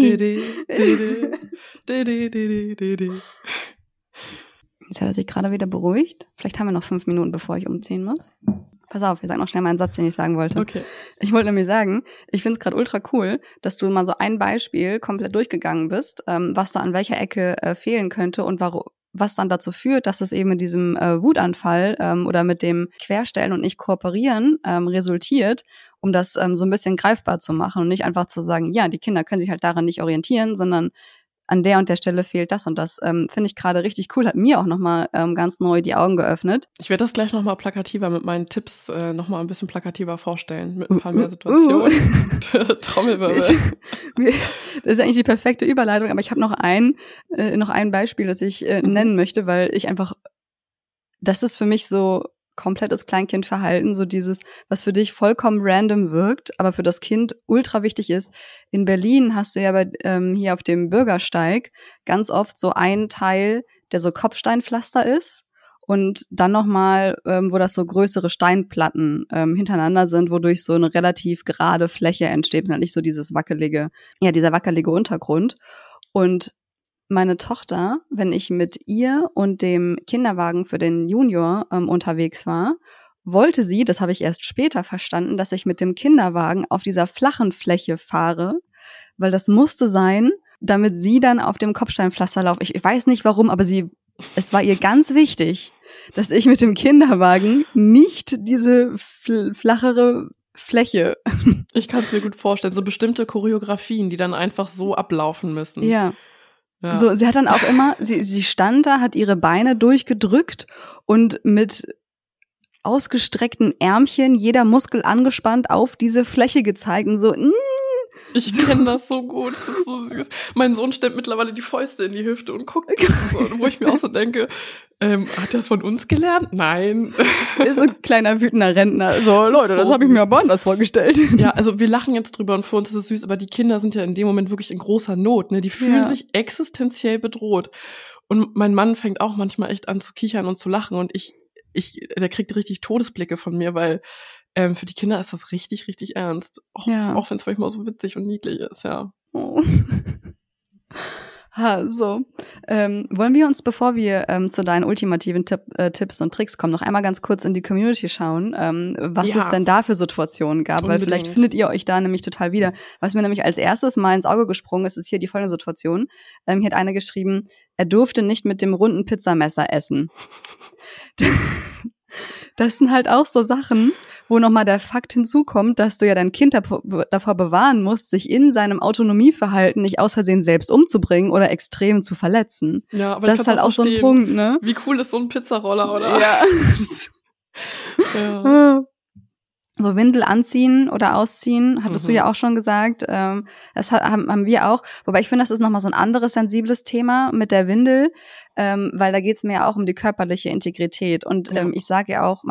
Speaker 1: Jetzt hat er sich gerade wieder beruhigt. Vielleicht haben wir noch 5 Minuten, bevor ich umziehen muss. Pass auf, ich sag noch schnell mal einen Satz, den ich sagen wollte.
Speaker 2: Okay.
Speaker 1: Ich wollte nämlich sagen, ich finde es gerade ultra cool, dass du mal so ein Beispiel komplett durchgegangen bist, was da an welcher Ecke fehlen könnte und was dann dazu führt, dass es eben mit diesem Wutanfall oder mit dem Querstellen und nicht kooperieren resultiert, um das so ein bisschen greifbar zu machen und nicht einfach zu sagen, ja, die Kinder können sich halt daran nicht orientieren, sondern an der und der Stelle fehlt das und das. Finde ich gerade richtig cool, hat mir auch nochmal ganz neu die Augen geöffnet.
Speaker 2: Ich werde das gleich nochmal plakativer mit meinen Tipps nochmal ein bisschen plakativer vorstellen, mit ein paar mehr Situationen. Trommelwirbel.
Speaker 1: Das ist eigentlich die perfekte Überleitung, aber ich habe noch ein Beispiel, das ich nennen möchte, weil ich einfach, das ist für mich so komplettes Kleinkindverhalten, so dieses, was für dich vollkommen random wirkt, aber für das Kind ultra wichtig ist. In Berlin hast du ja hier auf dem Bürgersteig ganz oft so einen Teil, der so Kopfsteinpflaster ist und dann nochmal, wo das so größere Steinplatten hintereinander sind, wodurch so eine relativ gerade Fläche entsteht und halt nicht so dieser wackelige Untergrund. Und meine Tochter, wenn ich mit ihr und dem Kinderwagen für den Junior unterwegs war, wollte sie, das habe ich erst später verstanden, dass ich mit dem Kinderwagen auf dieser flachen Fläche fahre, weil das musste sein, damit sie dann auf dem Kopfsteinpflaster laufe. Ich weiß nicht warum, aber es war ihr ganz wichtig, dass ich mit dem Kinderwagen nicht diese flachere Fläche.
Speaker 2: Ich kann es mir gut vorstellen, so bestimmte Choreografien, die dann einfach so ablaufen müssen.
Speaker 1: Ja. So, sie hat dann auch immer, sie stand da, hat ihre Beine durchgedrückt und mit ausgestreckten Ärmchen, jeder Muskel angespannt auf diese Fläche gezeigt und so,
Speaker 2: Ich kenne das so gut, das ist so süß. Mein Sohn stemmt mittlerweile die Fäuste in die Hüfte und guckt so, wo ich mir auch so denke, hat er das von uns gelernt? Nein.
Speaker 1: Ist ein kleiner wütender Rentner. So, Leute, das habe ich mir aber anders vorgestellt.
Speaker 2: Ja, also wir lachen jetzt drüber und für uns ist es süß, aber die Kinder sind ja in dem Moment wirklich in großer Not, ne? Die fühlen sich existenziell bedroht. Und mein Mann fängt auch manchmal echt an zu kichern und zu lachen und der kriegt richtig Todesblicke von mir, weil für die Kinder ist das richtig, richtig ernst. Auch wenn es manchmal so witzig und niedlich ist, ja.
Speaker 1: Oh. Wollen wir uns, bevor wir zu deinen ultimativen Tipps und Tricks kommen, noch einmal ganz kurz in die Community schauen, was es denn da für Situationen gab, weil vielleicht findet ihr euch da nämlich total wieder. Was mir nämlich als erstes mal ins Auge gesprungen ist hier die folgende Situation. Hier hat einer geschrieben, er durfte nicht mit dem runden Pizzamesser essen. Das sind halt auch so Sachen, wo nochmal der Fakt hinzukommt, dass du ja dein Kind davor bewahren musst, sich in seinem Autonomieverhalten nicht aus Versehen selbst umzubringen oder extrem zu verletzen.
Speaker 2: Ja, aber
Speaker 1: das ist halt auch so ein Punkt, ne?
Speaker 2: Wie cool ist so ein Pizzaroller, oder?
Speaker 1: Ja. Ja. So Windel anziehen oder ausziehen, hattest du ja auch schon gesagt. Das haben wir auch. Wobei ich finde, das ist nochmal so ein anderes sensibles Thema mit der Windel, weil da geht es mir ja auch um die körperliche Integrität. Und ich sage ja auch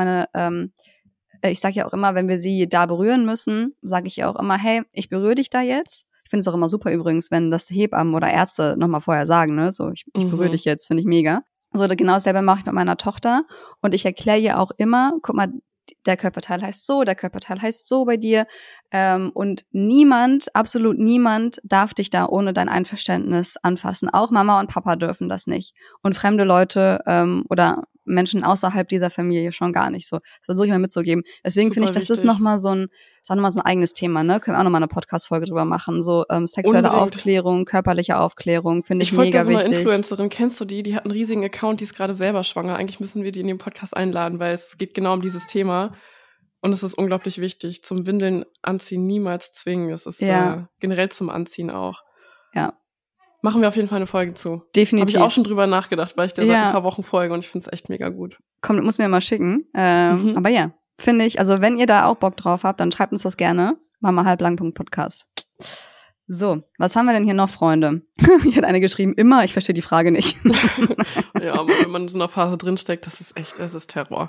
Speaker 1: ich sage ja auch immer, wenn wir sie da berühren müssen, sage ich ja auch immer, hey, ich berühre dich da jetzt. Ich finde es auch immer super übrigens, wenn das Hebammen oder Ärzte nochmal vorher sagen, ne, so ich berühre dich jetzt, finde ich mega. So genau dasselbe mache ich mit meiner Tochter und ich erkläre ihr auch immer, guck mal, der Körperteil heißt so, der Körperteil heißt so bei dir und absolut niemand darf dich da ohne dein Einverständnis anfassen. Auch Mama und Papa dürfen das nicht und fremde Leute oder Menschen außerhalb dieser Familie schon gar nicht so. Das versuche ich mal mitzugeben. Deswegen finde ich, das ist nochmal so ein eigenes Thema, ne? Können wir auch nochmal eine Podcast-Folge drüber machen. So sexuelle Aufklärung, körperliche Aufklärung, finde ich mega wichtig. Ich folge so eine
Speaker 2: Influencerin, kennst du die? Die hat einen riesigen Account, die ist gerade selber schwanger. Eigentlich müssen wir die in den Podcast einladen, weil es geht genau um dieses Thema. Und es ist unglaublich wichtig. Zum Windeln anziehen niemals zwingen. Es ist generell zum Anziehen auch.
Speaker 1: Ja.
Speaker 2: Machen wir auf jeden Fall eine Folge zu.
Speaker 1: Definitiv.
Speaker 2: Habe ich auch schon drüber nachgedacht, weil ich da seit ein paar Wochen folge und ich finde es echt mega gut.
Speaker 1: Komm, muss mir mal schicken. Aber ja, finde ich, also wenn ihr da auch Bock drauf habt, dann schreibt uns das gerne. mamahalblang.podcast. So, was haben wir denn hier noch, Freunde? Hier hat eine geschrieben, immer, ich verstehe die Frage nicht.
Speaker 2: Ja, aber wenn man in so einer Phase drinsteckt, das ist Terror.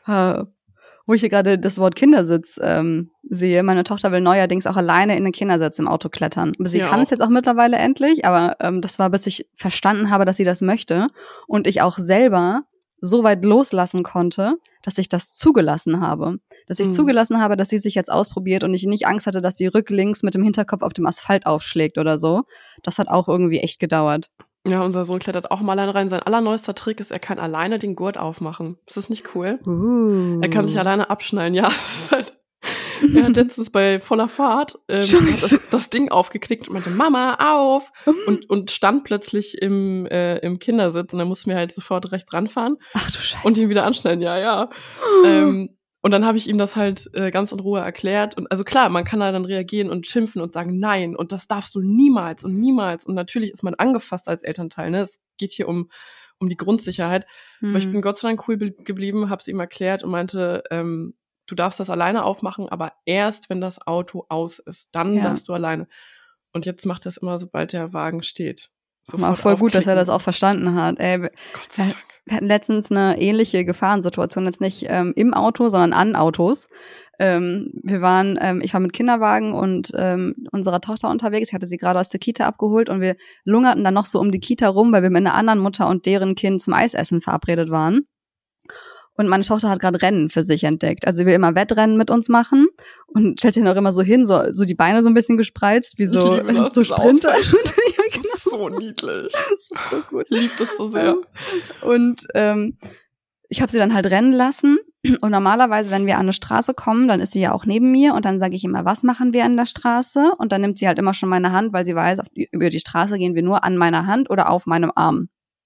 Speaker 1: Wo ich hier gerade das Wort Kindersitz sehe. Meine Tochter will neuerdings auch alleine in den Kindersitz im Auto klettern. Sie kann es jetzt auch mittlerweile endlich, aber das war, bis ich verstanden habe, dass sie das möchte. Und ich auch selber so weit loslassen konnte, dass ich das zugelassen habe. Dass ich zugelassen habe, dass sie sich jetzt ausprobiert und ich nicht Angst hatte, dass sie rücklings mit dem Hinterkopf auf dem Asphalt aufschlägt oder so. Das hat auch irgendwie echt gedauert.
Speaker 2: Ja, unser Sohn klettert auch mal alleine rein. Sein allerneuester Trick ist, er kann alleine den Gurt aufmachen. Ist das nicht cool? Er kann sich alleine abschnallen. Ja, es ist halt. Er hat letztens bei voller Fahrt das Ding aufgeknickt und meinte, Mama, auf! Und stand plötzlich im Kindersitz und dann mussten wir halt sofort rechts ranfahren.
Speaker 1: Ach du Scheiße.
Speaker 2: Und ihn wieder anschnallen, ja. Und dann habe ich ihm das halt ganz in Ruhe erklärt. Und also klar, man kann da dann reagieren und schimpfen und sagen, nein, und das darfst du niemals und niemals. Und natürlich ist man angefasst als Elternteil, ne? Es geht hier um die Grundsicherheit. Aber ich bin Gott sei Dank cool geblieben, habe es ihm erklärt und meinte, du darfst das alleine aufmachen, aber erst, wenn das Auto aus ist, dann darfst du alleine. Und jetzt macht er es immer, sobald der Wagen steht.
Speaker 1: War voll gut, dass er das auch verstanden hat. Ey,
Speaker 2: Gott sei Dank.
Speaker 1: wir hatten letztens eine ähnliche Gefahrensituation, jetzt nicht im Auto, sondern an Autos. Ich war mit Kinderwagen und unserer Tochter unterwegs. Ich hatte sie gerade aus der Kita abgeholt und wir lungerten dann noch so um die Kita rum, weil wir mit einer anderen Mutter und deren Kind zum Eisessen verabredet waren. Und meine Tochter hat gerade Rennen für sich entdeckt. Also sie will immer Wettrennen mit uns machen und stellt sich noch immer so hin, so die Beine so ein bisschen gespreizt, wie so Sprinter.
Speaker 2: Das ist so niedlich.
Speaker 1: Das ist so gut.
Speaker 2: Ich liebe das so sehr.
Speaker 1: Und ich habe sie dann halt rennen lassen. Und normalerweise, wenn wir an eine Straße kommen, dann ist sie ja auch neben mir und dann sage ich immer, was machen wir an der Straße? Und dann nimmt sie halt immer schon meine Hand, weil sie weiß, über die Straße gehen wir nur an meiner Hand oder auf meinem Arm.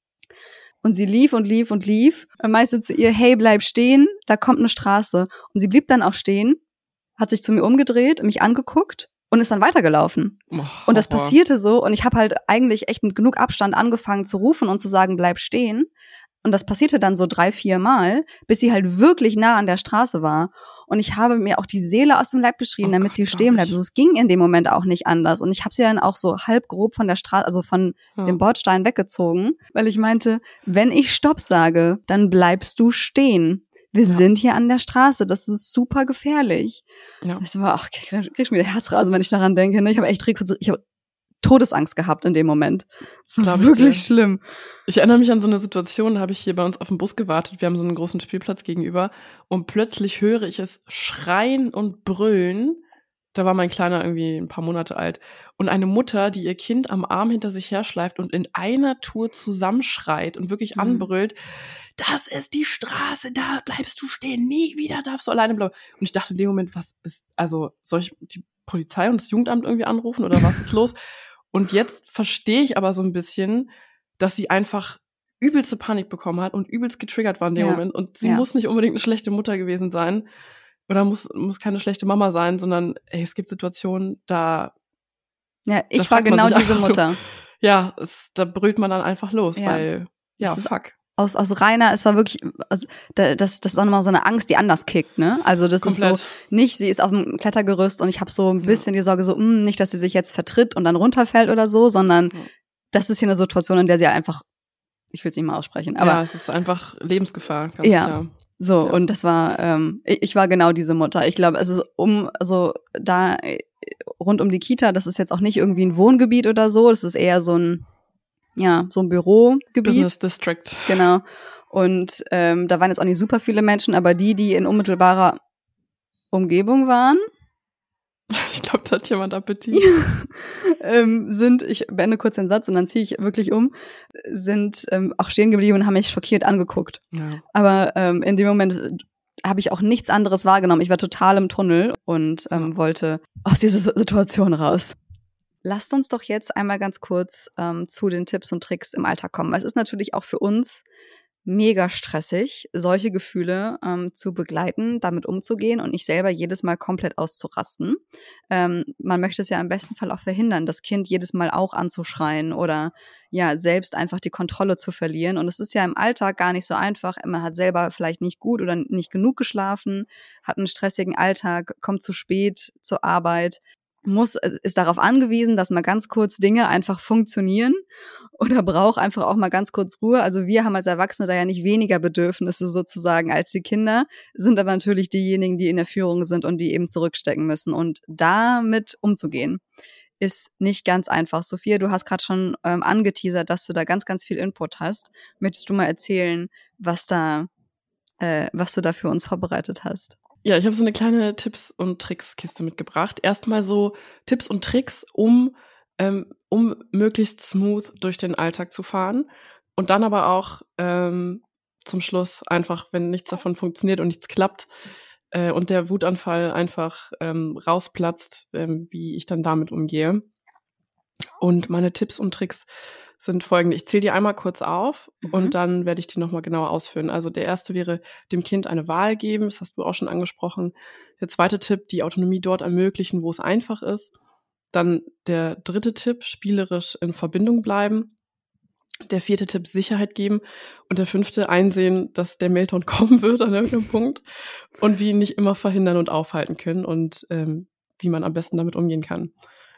Speaker 1: Und sie lief und lief und lief. Und meinte zu ihr, hey, bleib stehen, da kommt eine Straße. Und sie blieb dann auch stehen, hat sich zu mir umgedreht, mich angeguckt und ist dann weitergelaufen. Und das passierte so. Und ich habe halt eigentlich echt mit genug Abstand angefangen zu rufen und zu sagen, bleib stehen. Und das passierte dann so 3-4 Mal, bis sie halt wirklich nah an der Straße war. Und ich habe mir auch die Seele aus dem Leib geschrien, damit sie stehen bleibt. Also es ging in dem Moment auch nicht anders. Und ich habe sie dann auch so halb grob von der Straße, also von dem Bordstein weggezogen, weil ich meinte, wenn ich Stopp sage, dann bleibst du stehen. Wir sind hier an der Straße, das ist super gefährlich. Ja. Ich so, krieg mir der Herzrasen, wenn ich daran denke. Ne? Ich habe Todesangst gehabt in dem Moment. Das war wirklich schlimm.
Speaker 2: Ich erinnere mich an so eine Situation, da habe ich hier bei uns auf dem Bus gewartet. Wir haben so einen großen Spielplatz gegenüber und plötzlich höre ich es schreien und brüllen. Da war mein Kleiner irgendwie ein paar Monate alt. Und eine Mutter, die ihr Kind am Arm hinter sich herschleift und in einer Tour zusammenschreit und wirklich anbrüllt, das ist die Straße, da bleibst du stehen, nie wieder darfst du alleine bleiben. Und ich dachte in dem Moment, soll ich die Polizei und das Jugendamt irgendwie anrufen oder was ist los? Und jetzt verstehe ich aber so ein bisschen, dass sie einfach übelste Panik bekommen hat und übelst getriggert war in dem Moment. Und sie muss nicht unbedingt eine schlechte Mutter gewesen sein oder muss keine schlechte Mama sein, sondern es gibt Situationen, da
Speaker 1: ich war genau diese Mutter.
Speaker 2: Ja, da brüllt man dann einfach los, weil, fuck.
Speaker 1: Aus reiner, es war wirklich, also das ist auch nochmal so eine Angst, die anders kickt, ne? Also das komplett. Ist so, nicht, sie ist auf dem Klettergerüst und ich habe so ein bisschen die Sorge so, nicht, dass sie sich jetzt vertritt und dann runterfällt oder so, sondern das ist hier eine Situation, in der sie einfach, ich will es nicht mal aussprechen, aber
Speaker 2: es ist einfach Lebensgefahr, ganz klar.
Speaker 1: So, und das war, ich war genau diese Mutter. Ich glaube, es ist da rund um die Kita, das ist jetzt auch nicht irgendwie ein Wohngebiet oder so, das ist eher so ein Bürogebiet.
Speaker 2: Business District.
Speaker 1: Genau. Und da waren jetzt auch nicht super viele Menschen, aber die in unmittelbarer Umgebung waren.
Speaker 2: Ich glaube, da hat jemand Appetit.
Speaker 1: Ich beende kurz den Satz und dann ziehe ich wirklich sind auch stehen geblieben und haben mich schockiert angeguckt. Ja. Aber in dem Moment habe ich auch nichts anderes wahrgenommen. Ich war total im Tunnel und wollte aus dieser Situation raus. Lasst uns doch jetzt einmal ganz kurz zu den Tipps und Tricks im Alltag kommen. Es ist natürlich auch für uns mega stressig, solche Gefühle zu begleiten, damit umzugehen und nicht selber jedes Mal komplett auszurasten. Man möchte es ja im besten Fall auch verhindern, das Kind jedes Mal auch anzuschreien oder selbst einfach die Kontrolle zu verlieren. Und es ist ja im Alltag gar nicht so einfach. Man hat selber vielleicht nicht gut oder nicht genug geschlafen, hat einen stressigen Alltag, kommt zu spät zur Arbeit, ist darauf angewiesen, dass mal ganz kurz Dinge einfach funktionieren oder braucht einfach auch mal ganz kurz Ruhe. Also wir haben als Erwachsene da ja nicht weniger Bedürfnisse sozusagen als die Kinder, sind aber natürlich diejenigen, die in der Führung sind und die eben zurückstecken müssen. Und damit umzugehen, ist nicht ganz einfach. Sophia, du hast gerade schon angeteasert, dass du da ganz, ganz viel Input hast. Möchtest du mal erzählen, was du da für uns vorbereitet hast?
Speaker 2: Ja, ich habe so eine kleine Tipps- und Tricks-Kiste mitgebracht. Erstmal so Tipps und Tricks, um möglichst smooth durch den Alltag zu fahren. Und dann aber auch zum Schluss einfach, wenn nichts davon funktioniert und nichts klappt und der Wutanfall einfach rausplatzt, wie ich dann damit umgehe. Und meine Tipps und Tricks sind folgende. Ich zähle die einmal kurz auf und dann werde ich die nochmal genauer ausführen. Also der erste wäre, dem Kind eine Wahl geben. Das hast du auch schon angesprochen. Der zweite Tipp, die Autonomie dort ermöglichen, wo es einfach ist. Dann der dritte Tipp, spielerisch in Verbindung bleiben. Der vierte Tipp, Sicherheit geben. Und der fünfte, einsehen, dass der Meltdown kommen wird an irgendeinem Punkt und wie ihn nicht immer verhindern und aufhalten können und wie man am besten damit umgehen kann.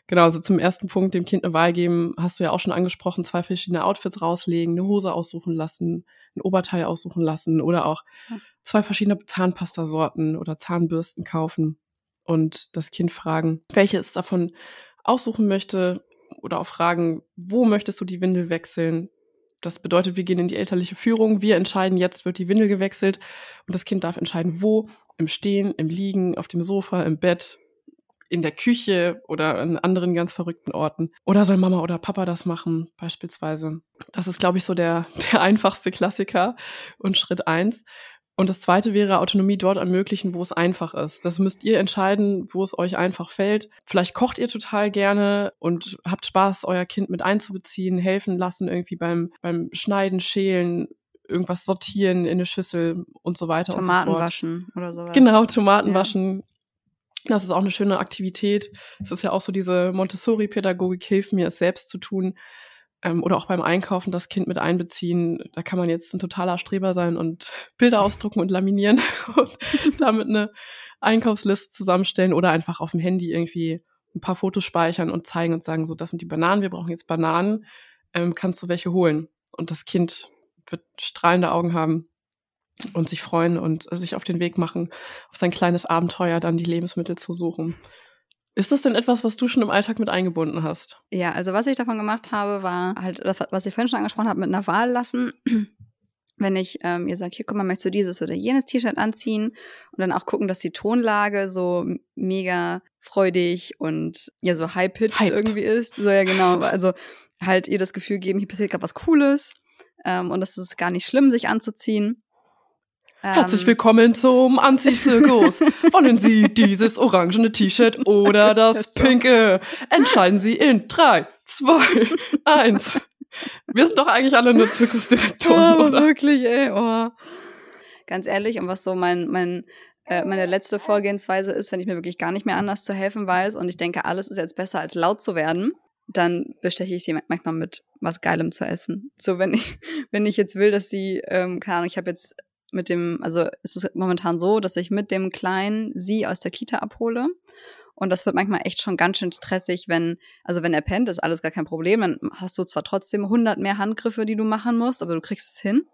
Speaker 2: Genau, also zum ersten Punkt, dem Kind eine Wahl geben, hast du ja auch schon angesprochen, 2 verschiedene Outfits rauslegen, eine Hose aussuchen lassen, ein Oberteil aussuchen lassen oder auch 2 verschiedene Zahnpastasorten oder Zahnbürsten kaufen und das Kind fragen, welches davon aussuchen möchte oder auch fragen, wo möchtest du die Windel wechseln? Das bedeutet, wir gehen in die elterliche Führung, wir entscheiden, jetzt wird die Windel gewechselt und das Kind darf entscheiden, wo, im Stehen, im Liegen, auf dem Sofa, im Bett, in der Küche oder an anderen ganz verrückten Orten. Oder soll Mama oder Papa das machen, beispielsweise. Das ist, glaube ich, so der einfachste Klassiker und Schritt 1. Und das zweite wäre, Autonomie dort ermöglichen, wo es einfach ist. Das müsst ihr entscheiden, wo es euch einfach fällt. Vielleicht kocht ihr total gerne und habt Spaß, euer Kind mit einzubeziehen, helfen lassen, irgendwie beim Schneiden, Schälen, irgendwas sortieren in eine Schüssel und so weiter und so fort.
Speaker 1: Tomaten waschen oder sowas.
Speaker 2: Genau, Tomaten waschen. Das ist auch eine schöne Aktivität. Es ist ja auch so diese Montessori-Pädagogik, hilf mir, es selbst zu tun. Oder auch beim Einkaufen das Kind mit einbeziehen. Da kann man jetzt ein totaler Streber sein und Bilder ausdrucken und laminieren und damit eine Einkaufsliste zusammenstellen oder einfach auf dem Handy irgendwie ein paar Fotos speichern und zeigen und sagen, so, das sind die Bananen, wir brauchen jetzt Bananen, kannst du welche holen? Und das Kind wird strahlende Augen haben und sich freuen und sich auf den Weg machen, auf sein kleines Abenteuer dann die Lebensmittel zu suchen. Ist das denn etwas, was du schon im Alltag mit eingebunden hast?
Speaker 1: Ja, also was ich davon gemacht habe, war halt das, was ich vorhin schon angesprochen habe, mit einer Wahl lassen. Wenn ich ihr sage, hier, guck mal, möchtest du dieses oder jenes T-Shirt anziehen? Und dann auch gucken, dass die Tonlage so mega freudig und ja so high-pitched irgendwie ist. So, ja, genau. Also halt ihr das Gefühl geben, hier passiert gerade was Cooles. Und es ist gar nicht schlimm, sich anzuziehen.
Speaker 2: Herzlich willkommen zum Anziehzirkus. Wollen Sie dieses orangene T-Shirt oder das pinke? Entscheiden Sie in 3, 2, 1. Wir sind doch eigentlich alle nur Zirkusdirektoren, oder?
Speaker 1: Wirklich, ey. Oh. Ganz ehrlich, und was so meine letzte Vorgehensweise ist, wenn ich mir wirklich gar nicht mehr anders zu helfen weiß und ich denke, alles ist jetzt besser als laut zu werden, dann besteche ich sie manchmal mit was Geilem zu essen. So, wenn ich jetzt will, dass sie, keine Ahnung, ich habe jetzt also es ist momentan so, dass ich mit dem Kleinen sie aus der Kita abhole. Und das wird manchmal echt schon ganz schön stressig, wenn er pennt, ist alles gar kein Problem. Dann hast du zwar trotzdem 100 mehr Handgriffe, die du machen musst, aber du kriegst es hin.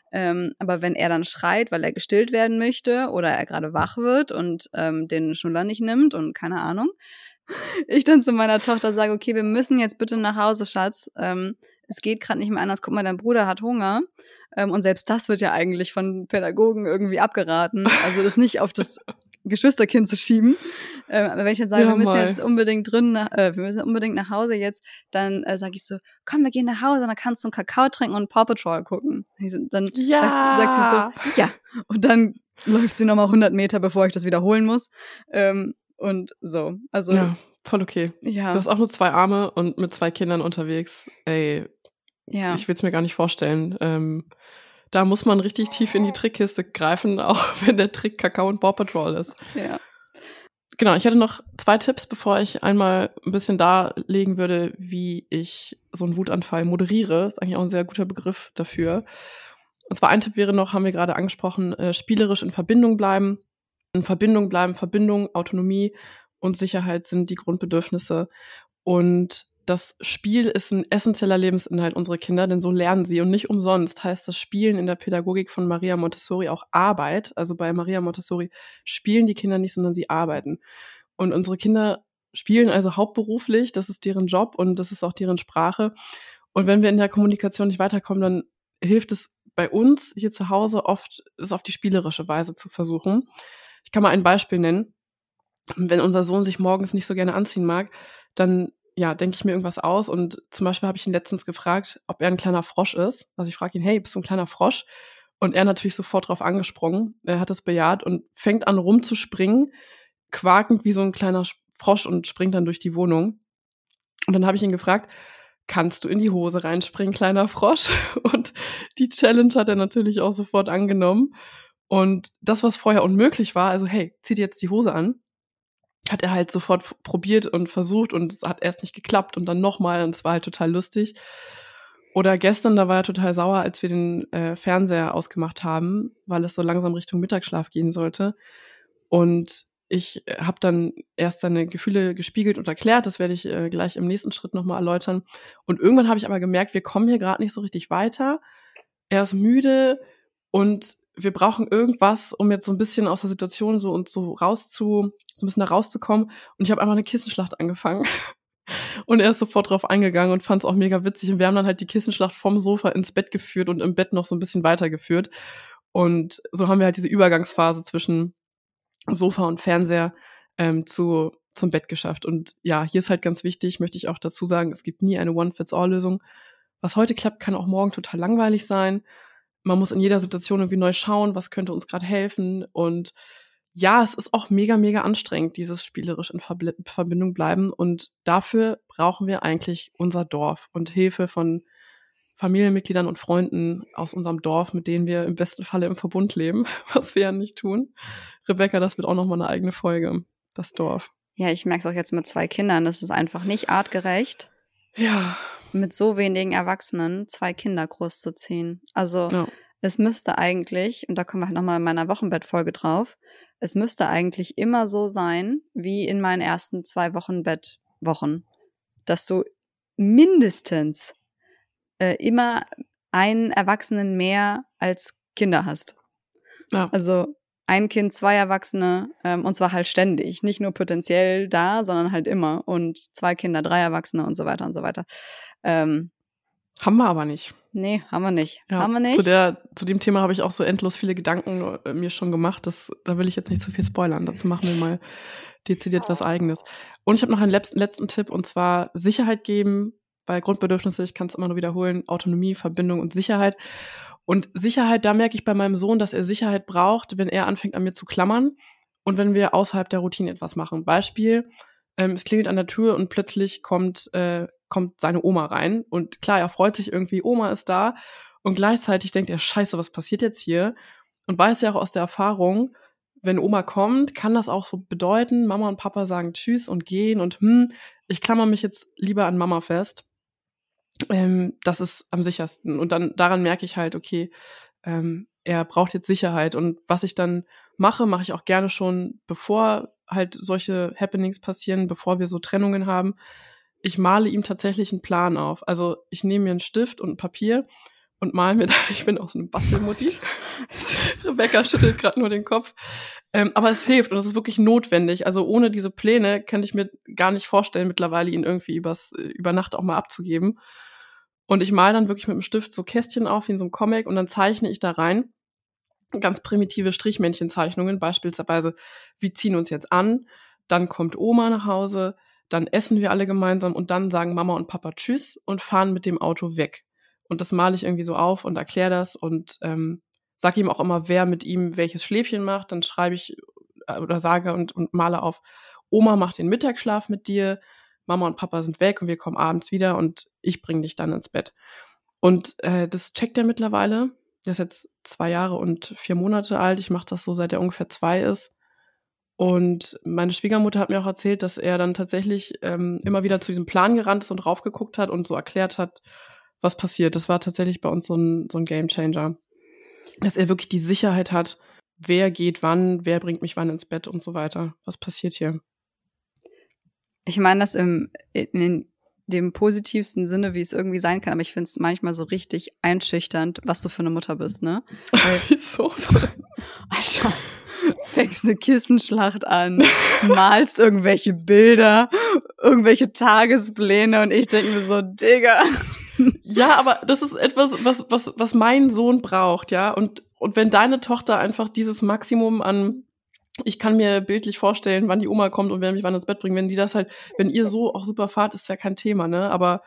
Speaker 1: Aber wenn er dann schreit, weil er gestillt werden möchte oder er gerade wach wird und den Schnuller nicht nimmt und keine Ahnung, ich dann zu meiner Tochter sage, okay, wir müssen jetzt bitte nach Hause, Schatz. Es geht gerade nicht mehr anders. Guck mal, dein Bruder hat Hunger. Und selbst das wird ja eigentlich von Pädagogen irgendwie abgeraten. Also das nicht auf das Geschwisterkind zu schieben. Aber wenn ich dann sage, wir müssen jetzt unbedingt wir müssen unbedingt nach Hause jetzt, dann sage ich so, komm, wir gehen nach Hause, dann kannst du einen Kakao trinken und Paw Patrol gucken. Dann sagt sie so, ja. Und dann läuft sie nochmal 100 Meter, bevor ich das wiederholen muss. Und so. Also
Speaker 2: ja, voll okay.
Speaker 1: Ja.
Speaker 2: Du hast auch nur 2 Arme und mit 2 Kindern unterwegs. Ey, ja. Ich will es mir gar nicht vorstellen. Da muss man richtig tief in die Trickkiste greifen, auch wenn der Trick Kakao und Paw Patrol ist.
Speaker 1: Ja.
Speaker 2: Genau, ich hätte noch 2 Tipps, bevor ich einmal ein bisschen darlegen würde, wie ich so einen Wutanfall moderiere. Ist eigentlich auch ein sehr guter Begriff dafür. Und zwar ein Tipp wäre noch, haben wir gerade angesprochen, spielerisch in Verbindung bleiben. In Verbindung bleiben, Verbindung, Autonomie und Sicherheit sind die Grundbedürfnisse. Und das Spiel ist ein essentieller Lebensinhalt unserer Kinder, denn so lernen sie. Und nicht umsonst heißt das Spielen in der Pädagogik von Maria Montessori auch Arbeit. Also bei Maria Montessori spielen die Kinder nicht, sondern sie arbeiten. Und unsere Kinder spielen also hauptberuflich, das ist deren Job und das ist auch deren Sprache. Und wenn wir in der Kommunikation nicht weiterkommen, dann hilft es bei uns hier zu Hause oft, es auf die spielerische Weise zu versuchen. Ich kann mal ein Beispiel nennen. Wenn unser Sohn sich morgens nicht so gerne anziehen mag, dann denke ich mir irgendwas aus und zum Beispiel habe ich ihn letztens gefragt, ob er ein kleiner Frosch ist. Also ich frage ihn, hey, bist du ein kleiner Frosch? Und er natürlich sofort drauf angesprungen. Er hat es bejaht und fängt an rumzuspringen, quakend wie so ein kleiner Frosch und springt dann durch die Wohnung. Und dann habe ich ihn gefragt, kannst du in die Hose reinspringen, kleiner Frosch? Und die Challenge hat er natürlich auch sofort angenommen. Und das, was vorher unmöglich war, also hey, zieh dir jetzt die Hose an, hat er halt sofort probiert und versucht und es hat erst nicht geklappt und dann nochmal und es war halt total lustig. Oder gestern, da war er total sauer, als wir den Fernseher ausgemacht haben, weil es so langsam Richtung Mittagsschlaf gehen sollte. Und ich habe dann erst seine Gefühle gespiegelt und erklärt, das werde ich gleich im nächsten Schritt nochmal erläutern. Und irgendwann habe ich aber gemerkt, wir kommen hier gerade nicht so richtig weiter. Er ist müde und wir brauchen irgendwas, um jetzt so ein bisschen aus der Situation so ein bisschen da rauszukommen. Und ich habe einfach eine Kissenschlacht angefangen. Und er ist sofort drauf eingegangen und fand es auch mega witzig. Und wir haben dann halt die Kissenschlacht vom Sofa ins Bett geführt und im Bett noch so ein bisschen weitergeführt. Und so haben wir halt diese Übergangsphase zwischen Sofa und Fernseher zum Bett geschafft. Und ja, hier ist halt ganz wichtig, möchte ich auch dazu sagen, es gibt nie eine One-Fits-All-Lösung. Was heute klappt, kann auch morgen total langweilig sein. Man muss in jeder Situation irgendwie neu schauen, was könnte uns gerade helfen. Und ja, es ist auch mega, mega anstrengend, dieses spielerisch in Verbindung bleiben. Und dafür brauchen wir eigentlich unser Dorf und Hilfe von Familienmitgliedern und Freunden aus unserem Dorf, mit denen wir im besten Falle im Verbund leben, was wir ja nicht tun. Rebecca, das wird auch nochmal eine eigene Folge, das Dorf.
Speaker 1: Ja, ich merke es auch jetzt mit 2 Kindern, das ist einfach nicht artgerecht.
Speaker 2: Ja.
Speaker 1: Mit so wenigen Erwachsenen 2 Kinder großzuziehen. Also
Speaker 2: Ja.
Speaker 1: Es müsste eigentlich, und da kommen wir halt nochmal in meiner Wochenbettfolge drauf, es müsste eigentlich immer so sein, wie in meinen ersten 2 Wochenbettwochen, dass du mindestens immer einen Erwachsenen mehr als Kinder hast.
Speaker 2: Ja.
Speaker 1: Also ein Kind, 2 Erwachsene, und zwar halt ständig. Nicht nur potenziell da, sondern halt immer. Und 2 Kinder, 3 Erwachsene und so weiter und so weiter.
Speaker 2: Haben wir aber nicht.
Speaker 1: Nee, haben wir nicht.
Speaker 2: Ja,
Speaker 1: haben wir nicht.
Speaker 2: Zu dem Thema habe ich auch so endlos viele Gedanken mir schon gemacht. Da will ich jetzt nicht so viel spoilern. Dazu machen wir mal dezidiert was Eigenes. Und ich habe noch einen letzten Tipp, und zwar Sicherheit geben, weil Grundbedürfnisse, ich kann es immer nur wiederholen, Autonomie, Verbindung und Sicherheit. Und Sicherheit, da merke ich bei meinem Sohn, dass er Sicherheit braucht, wenn er anfängt an mir zu klammern und wenn wir außerhalb der Routine etwas machen. Beispiel, es klingelt an der Tür und plötzlich kommt seine Oma rein. Und klar, er freut sich irgendwie, Oma ist da. Und gleichzeitig denkt er, scheiße, was passiert jetzt hier? Und weiß ja auch aus der Erfahrung, wenn Oma kommt, kann das auch so bedeuten, Mama und Papa sagen Tschüss und gehen und ich klammer mich jetzt lieber an Mama fest. Das ist am sichersten. Und dann daran merke ich halt, okay, er braucht jetzt Sicherheit. Und was ich dann mache ich auch gerne schon, bevor halt solche Happenings passieren, bevor wir so Trennungen haben. Ich male ihm tatsächlich einen Plan auf. Also ich nehme mir einen Stift und ein Papier und male mir da, ich bin auch so eine Bastelmutti. Rebecca schüttelt gerade nur den Kopf. Aber es hilft und es ist wirklich notwendig. Also ohne diese Pläne kann ich mir gar nicht vorstellen, mittlerweile ihn irgendwie über Nacht auch mal abzugeben. Und ich male dann wirklich mit dem Stift so Kästchen auf, wie in so einem Comic, und dann zeichne ich da rein ganz primitive Strichmännchenzeichnungen, beispielsweise, wir ziehen uns jetzt an, dann kommt Oma nach Hause, dann essen wir alle gemeinsam und dann sagen Mama und Papa Tschüss und fahren mit dem Auto weg. Und das male ich irgendwie so auf und erkläre das und sage ihm auch immer, wer mit ihm welches Schläfchen macht. Dann schreibe ich oder sage und male auf, Oma macht den Mittagsschlaf mit dir, Mama und Papa sind weg und wir kommen abends wieder und ich bringe dich dann ins Bett. Und das checkt er mittlerweile. Der ist jetzt 2 Jahre und 4 Monate alt. Ich mache das so, seit er ungefähr 2 ist. Und meine Schwiegermutter hat mir auch erzählt, dass er dann tatsächlich immer wieder zu diesem Plan gerannt ist und raufgeguckt hat und so erklärt hat, was passiert. Das war tatsächlich bei uns so ein Gamechanger. Dass er wirklich die Sicherheit hat, wer geht wann, wer bringt mich wann ins Bett und so weiter. Was passiert hier?
Speaker 1: Ich meine das in dem positivsten Sinne, wie es irgendwie sein kann, aber ich finde es manchmal so richtig einschüchternd, was du für eine Mutter bist, ne?
Speaker 2: Wieso?
Speaker 1: Alter, fängst eine Kissenschlacht an, malst irgendwelche Bilder, irgendwelche Tagespläne und ich denke mir so, Digga.
Speaker 2: Ja, aber das ist etwas, was mein Sohn braucht, ja. Und wenn deine Tochter einfach dieses Maximum an, ich kann mir bildlich vorstellen, wann die Oma kommt und wer mich wann ins Bett bringt, wenn ihr so auch super fahrt, ist ja kein Thema, ne? Aber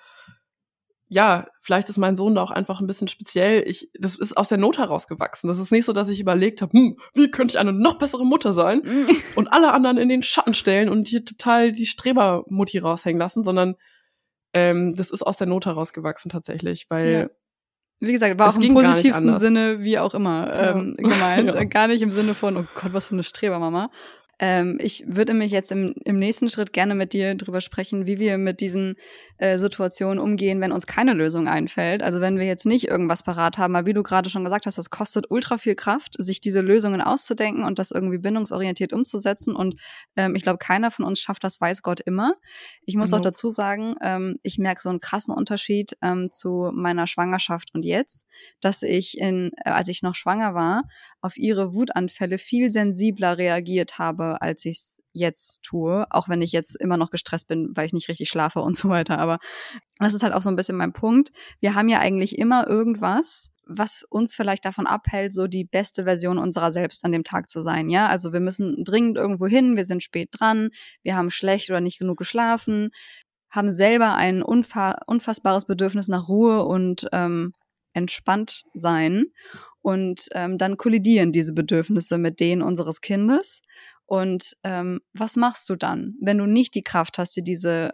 Speaker 2: ja, vielleicht ist mein Sohn da auch einfach ein bisschen speziell. Das ist aus der Not herausgewachsen. Das ist nicht so, dass ich überlegt habe, wie könnte ich eine noch bessere Mutter sein und alle anderen in den Schatten stellen und hier total die Strebermutti raushängen lassen, sondern das ist aus der Not herausgewachsen tatsächlich, weil
Speaker 1: ja. Wie gesagt, war auch im positivsten Sinne, wie auch immer, gemeint.
Speaker 2: Ja.
Speaker 1: Gar nicht im Sinne von, oh Gott, was für eine Strebermama. Ich würde mich jetzt im nächsten Schritt gerne mit dir drüber sprechen, wie wir mit diesen Situationen umgehen, wenn uns keine Lösung einfällt. Also wenn wir jetzt nicht irgendwas parat haben, weil wie du gerade schon gesagt hast, das kostet ultra viel Kraft, sich diese Lösungen auszudenken und das irgendwie bindungsorientiert umzusetzen. Und ich glaube, keiner von uns schafft das, weiß Gott, immer. Ich muss auch dazu sagen, ich merke so einen krassen Unterschied zu meiner Schwangerschaft und jetzt, dass ich als ich noch schwanger war, auf ihre Wutanfälle viel sensibler reagiert habe, als ich es jetzt tue, auch wenn ich jetzt immer noch gestresst bin, weil ich nicht richtig schlafe und so weiter. Aber das ist halt auch so ein bisschen mein Punkt. Wir haben ja eigentlich immer irgendwas, was uns vielleicht davon abhält, so die beste Version unserer selbst an dem Tag zu sein. Ja, also wir müssen dringend irgendwo hin, wir sind spät dran, wir haben schlecht oder nicht genug geschlafen, haben selber ein unfassbares Bedürfnis nach Ruhe und entspannt sein. Und dann kollidieren diese Bedürfnisse mit denen unseres Kindes. Und was machst du dann, wenn du nicht die Kraft hast, dir diese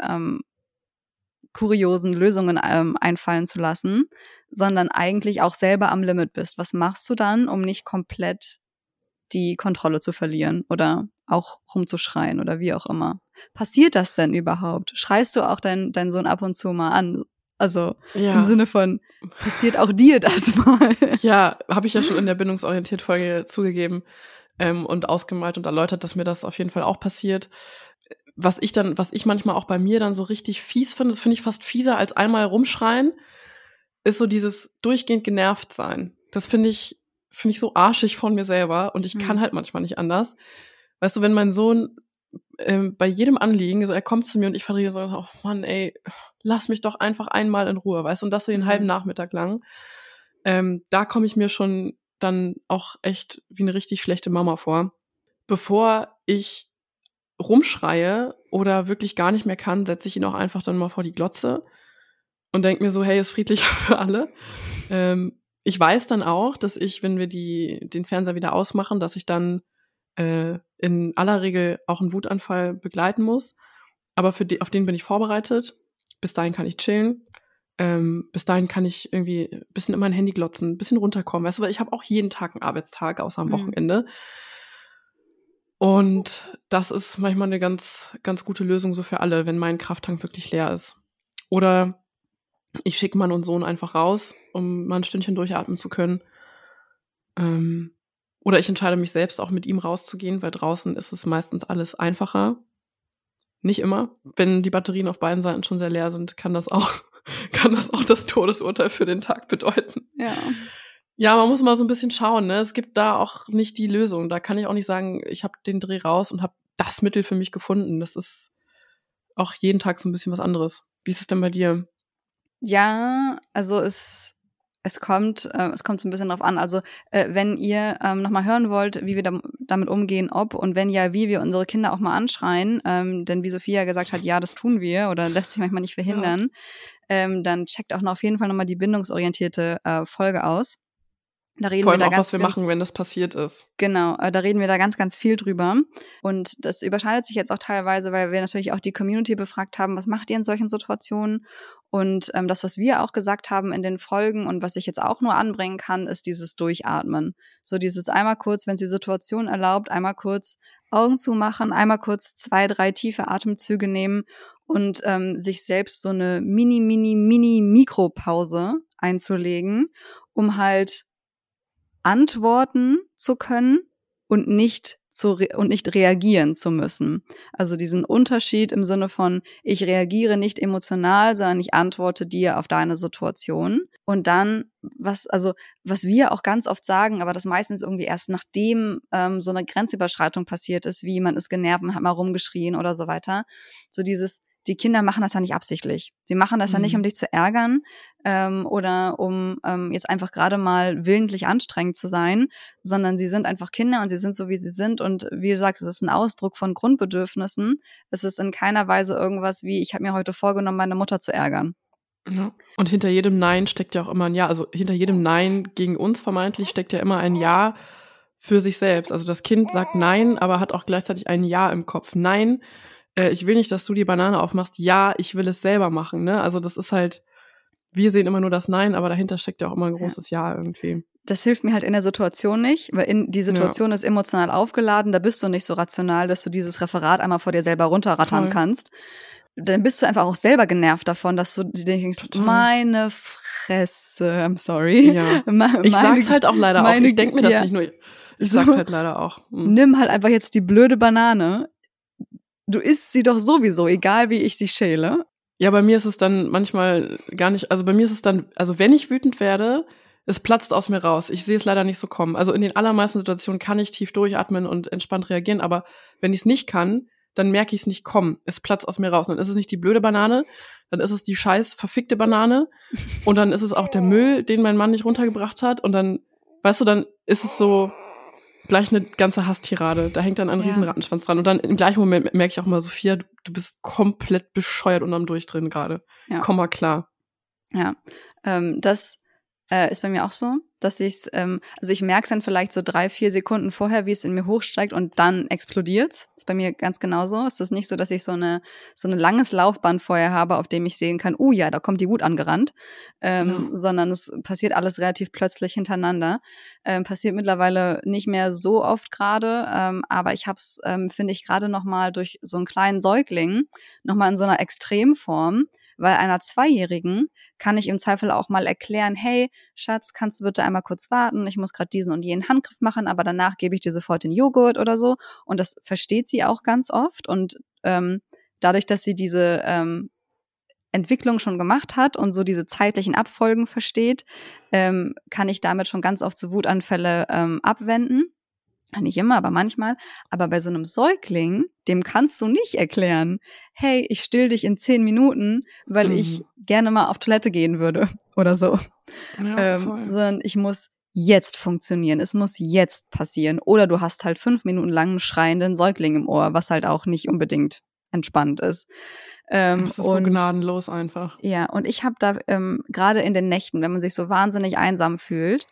Speaker 1: kuriosen Lösungen einfallen zu lassen, sondern eigentlich auch selber am Limit bist? Was machst du dann, um nicht komplett die Kontrolle zu verlieren oder auch rumzuschreien oder wie auch immer? Passiert das denn überhaupt? Schreist du auch deinen Sohn ab und zu mal an? Also im Sinne von, passiert auch dir das mal?
Speaker 2: Ja, habe ich ja schon in der Bindungsorientiert-Folge zugegeben und ausgemalt und erläutert, dass mir das auf jeden Fall auch passiert. Was ich manchmal auch bei mir dann so richtig fies finde, das finde ich fast fieser als einmal rumschreien, ist so dieses durchgehend genervt sein. Das finde ich so arschig von mir selber und ich kann halt manchmal nicht anders. Weißt du, wenn mein Sohn bei jedem Anliegen, so er kommt zu mir und ich verdrehe so, oh Mann, ey, lass mich doch einfach einmal in Ruhe, weißt du, und das so den halben Nachmittag lang. Da komme ich mir schon dann auch echt wie eine richtig schlechte Mama vor. Bevor ich rumschreie oder wirklich gar nicht mehr kann, setze ich ihn auch einfach dann mal vor die Glotze und denke mir so, hey, ist friedlicher für alle. Ich weiß dann auch, dass ich, wenn wir den Fernseher wieder ausmachen, dass ich dann in aller Regel auch einen Wutanfall begleiten muss. Aber auf den bin ich vorbereitet. Bis dahin kann ich chillen. Bis dahin kann ich irgendwie ein bisschen in mein Handy glotzen, ein bisschen runterkommen. Weißt du, weil ich habe auch jeden Tag einen Arbeitstag, außer am Wochenende. Und das ist manchmal eine ganz, ganz gute Lösung so für alle, wenn mein Krafttank wirklich leer ist. Oder ich schicke Mann und Sohn einfach raus, um mal ein Stündchen durchatmen zu können. Oder ich entscheide mich selbst auch mit ihm rauszugehen, weil draußen ist es meistens alles einfacher. Nicht immer. Wenn die Batterien auf beiden Seiten schon sehr leer sind, kann das auch das Todesurteil für den Tag bedeuten.
Speaker 1: Ja.
Speaker 2: Ja, man muss mal so ein bisschen schauen, ne? Es gibt da auch nicht die Lösung. Da kann ich auch nicht sagen, ich habe den Dreh raus und habe das Mittel für mich gefunden. Das ist auch jeden Tag so ein bisschen was anderes. Wie ist es denn bei dir?
Speaker 1: Ja, also es kommt so ein bisschen drauf an. Also wenn ihr nochmal hören wollt, wie wir damit umgehen, ob und wenn ja, wie wir unsere Kinder auch mal anschreien, denn wie Sophia gesagt hat, ja, das tun wir oder lässt sich manchmal nicht verhindern, dann checkt auch noch auf jeden Fall nochmal die bindungsorientierte Folge aus. Da reden
Speaker 2: Vor allem
Speaker 1: wir da
Speaker 2: auch, was wir machen, wenn das passiert ist.
Speaker 1: Genau, da reden wir da ganz, ganz viel drüber. Und das überschneidet sich jetzt auch teilweise, weil wir natürlich auch die Community befragt haben, was macht ihr in solchen Situationen? Und das, was wir auch gesagt haben in den Folgen und was ich jetzt auch nur anbringen kann, ist dieses Durchatmen. So dieses einmal kurz, wenn es die Situation erlaubt, einmal kurz Augen zumachen, einmal kurz 2, 3 tiefe Atemzüge nehmen und sich selbst so eine Mini-Mikropause einzulegen, um halt antworten zu können und nicht reagieren zu müssen. Also diesen Unterschied im Sinne von, ich reagiere nicht emotional, sondern ich antworte dir auf deine Situation. Und dann, was wir auch ganz oft sagen, aber das meistens irgendwie erst nachdem so eine Grenzüberschreitung passiert ist, wie man ist genervt und hat mal rumgeschrien oder so weiter. So dieses, die Kinder machen das ja nicht absichtlich. Sie machen das ja nicht, um dich zu ärgern oder um jetzt einfach gerade mal willentlich anstrengend zu sein, sondern sie sind einfach Kinder und sie sind so, wie sie sind. Und wie du sagst, es ist ein Ausdruck von Grundbedürfnissen. Es ist in keiner Weise irgendwas wie, ich habe mir heute vorgenommen, meine Mutter zu ärgern.
Speaker 2: Ja. Und hinter jedem Nein steckt ja auch immer ein Ja. Also hinter jedem Nein gegen uns vermeintlich steckt ja immer ein Ja für sich selbst. Also das Kind sagt Nein, aber hat auch gleichzeitig ein Ja im Kopf. Nein, ich will nicht, dass du die Banane aufmachst. Ja, ich will es selber machen. Ne? Also das ist halt, wir sehen immer nur das Nein, aber dahinter steckt ja auch immer ein großes Ja irgendwie.
Speaker 1: Das hilft mir halt in der Situation nicht, weil die Situation ist emotional aufgeladen, da bist du nicht so rational, dass du dieses Referat einmal vor dir selber runterrattern kannst. Dann bist du einfach auch selber genervt davon, dass du dir denkst, meine Fresse, I'm sorry.
Speaker 2: Ja. Ich sag's halt auch leider auch, ich denke mir das nicht nur, ich sag's halt leider auch.
Speaker 1: Nimm halt einfach jetzt die blöde Banane, du isst sie doch sowieso, egal wie ich sie schäle.
Speaker 2: Ja, bei mir ist es dann manchmal gar nicht, also bei mir ist es dann, also wenn ich wütend werde, es platzt aus mir raus. Ich sehe es leider nicht so kommen. Also in den allermeisten Situationen kann ich tief durchatmen und entspannt reagieren, aber wenn ich es nicht kann, dann merke ich es nicht kommen. Es platzt aus mir raus. Dann ist es nicht die blöde Banane, dann ist es die scheiß verfickte Banane und dann ist es auch der Müll, den mein Mann nicht runtergebracht hat und dann, weißt du, dann ist es so gleich eine ganze Hasstirade. Da hängt dann ein riesen Rattenschwanz dran und dann im gleichen Moment merke ich auch mal, Sophia, du bist komplett bescheuert und am Durchdrehen gerade. Ja. Komm mal klar.
Speaker 1: Ja, das ist bei mir auch so, dass also ich merke es dann vielleicht so 3-4 Sekunden vorher, wie es in mir hochsteigt und dann explodiert's. Ist bei mir ganz genauso. Es ist nicht so, dass ich so eine langes Laufband vorher habe, auf dem ich sehen kann, ja, da kommt die Wut angerannt, sondern es passiert alles relativ plötzlich hintereinander. Passiert mittlerweile nicht mehr so oft gerade, aber ich hab's, finde ich, gerade nochmal durch so einen kleinen Säugling nochmal in so einer Extremform, weil einer 2-Jährigen kann ich im Zweifel auch mal erklären, hey, Schatz, kannst du bitte einmal kurz warten? Ich muss gerade diesen und jenen Handgriff machen, aber danach gebe ich dir sofort den Joghurt oder so. Und das versteht sie auch ganz oft. Und dadurch, dass sie diese Entwicklung schon gemacht hat und so diese zeitlichen Abfolgen versteht, kann ich damit schon ganz oft so Wutanfälle abwenden. Nicht immer, aber manchmal. Aber bei so einem Säugling, dem kannst du nicht erklären, hey, ich still dich in 10 Minuten, weil ich gerne mal auf Toilette gehen würde oder so. Ja, sondern ich muss jetzt funktionieren. Es muss jetzt passieren. Oder du hast halt 5 Minuten lang einen schreienden Säugling im Ohr, was halt auch nicht unbedingt entspannt ist.
Speaker 2: Das ist so gnadenlos einfach.
Speaker 1: Ja, und ich habe da gerade in den Nächten, wenn man sich so wahnsinnig einsam fühlt,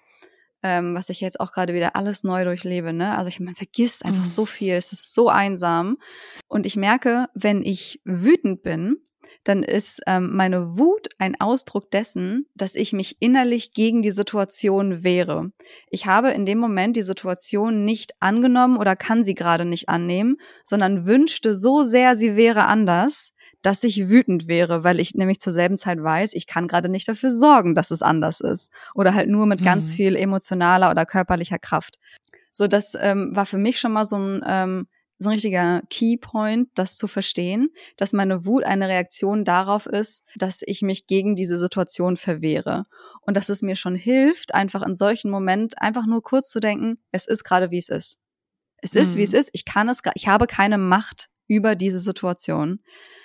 Speaker 1: was ich jetzt auch gerade wieder alles neu durchlebe, ne? Also man vergisst einfach so viel, es ist so einsam. Und ich merke, wenn ich wütend bin, dann ist meine Wut ein Ausdruck dessen, dass ich mich innerlich gegen die Situation wehre. Ich habe in dem Moment die Situation nicht angenommen oder kann sie gerade nicht annehmen, sondern wünschte so sehr, sie wäre anders, dass ich wütend wäre, weil ich nämlich zur selben Zeit weiß, ich kann gerade nicht dafür sorgen, dass es anders ist. Oder halt nur mit ganz viel emotionaler oder körperlicher Kraft. So, das war für mich schon mal so ein richtiger Keypoint, das zu verstehen, dass meine Wut eine Reaktion darauf ist, dass ich mich gegen diese Situation verwehre. Und dass es mir schon hilft, einfach in solchen Momenten einfach nur kurz zu denken, es ist gerade, wie es ist. Es ist, wie es ist. Ich habe keine Macht über diese Situation.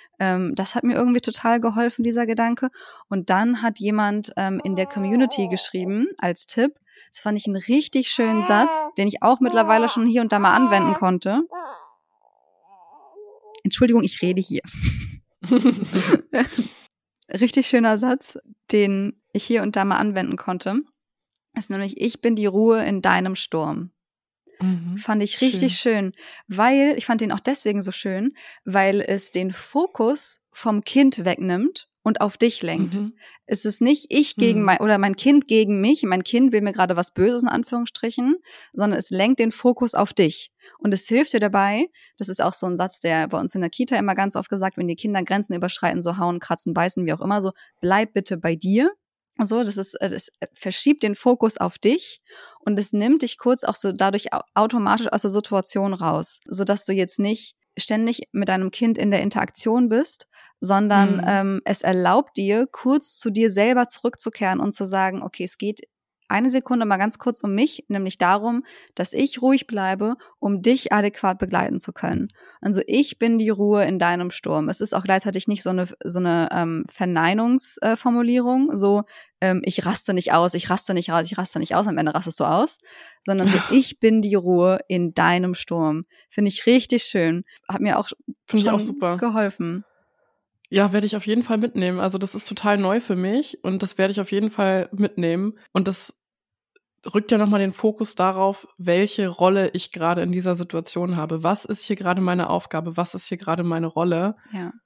Speaker 1: Das hat mir irgendwie total geholfen, dieser Gedanke. Und dann hat jemand in der Community geschrieben als Tipp, das fand ich einen richtig schönen Satz, den ich auch mittlerweile schon hier und da mal anwenden konnte. Entschuldigung, ich rede hier. Richtig schöner Satz, den ich hier und da mal anwenden konnte, ist nämlich, ich bin die Ruhe in deinem Sturm. Fand ich richtig schön, weil, ich fand den auch deswegen so schön, weil es den Fokus vom Kind wegnimmt und auf dich lenkt. Es ist nicht ich gegen mein Kind gegen mich, mein Kind will mir gerade was Böses in Anführungsstrichen, sondern es lenkt den Fokus auf dich. Und es hilft dir dabei, das ist auch so ein Satz, der bei uns in der Kita immer ganz oft gesagt, wenn die Kinder Grenzen überschreiten, so hauen, kratzen, beißen, wie auch immer, so bleib bitte bei dir. So, das verschiebt den Fokus auf dich und es nimmt dich kurz auch so dadurch automatisch aus der Situation raus, sodass du jetzt nicht ständig mit deinem Kind in der Interaktion bist, sondern es erlaubt dir, kurz zu dir selber zurückzukehren und zu sagen, okay, es geht eine Sekunde mal ganz kurz um mich, nämlich darum, dass ich ruhig bleibe, um dich adäquat begleiten zu können. Also ich bin die Ruhe in deinem Sturm. Es ist auch gleichzeitig nicht so eine Verneinungsformulierung, ich raste nicht aus, ich raste nicht raus, ich raste nicht aus, am Ende rastest du aus, sondern so, ich bin die Ruhe in deinem Sturm. Finde ich richtig schön. Hat mir auch super geholfen.
Speaker 2: Ja, werde ich auf jeden Fall mitnehmen. Also das ist total neu für mich und das werde ich auf jeden Fall mitnehmen. Und das rückt ja nochmal den Fokus darauf, welche Rolle ich gerade in dieser Situation habe. Was ist hier gerade meine Aufgabe? Was ist hier gerade meine Rolle?
Speaker 1: Ja.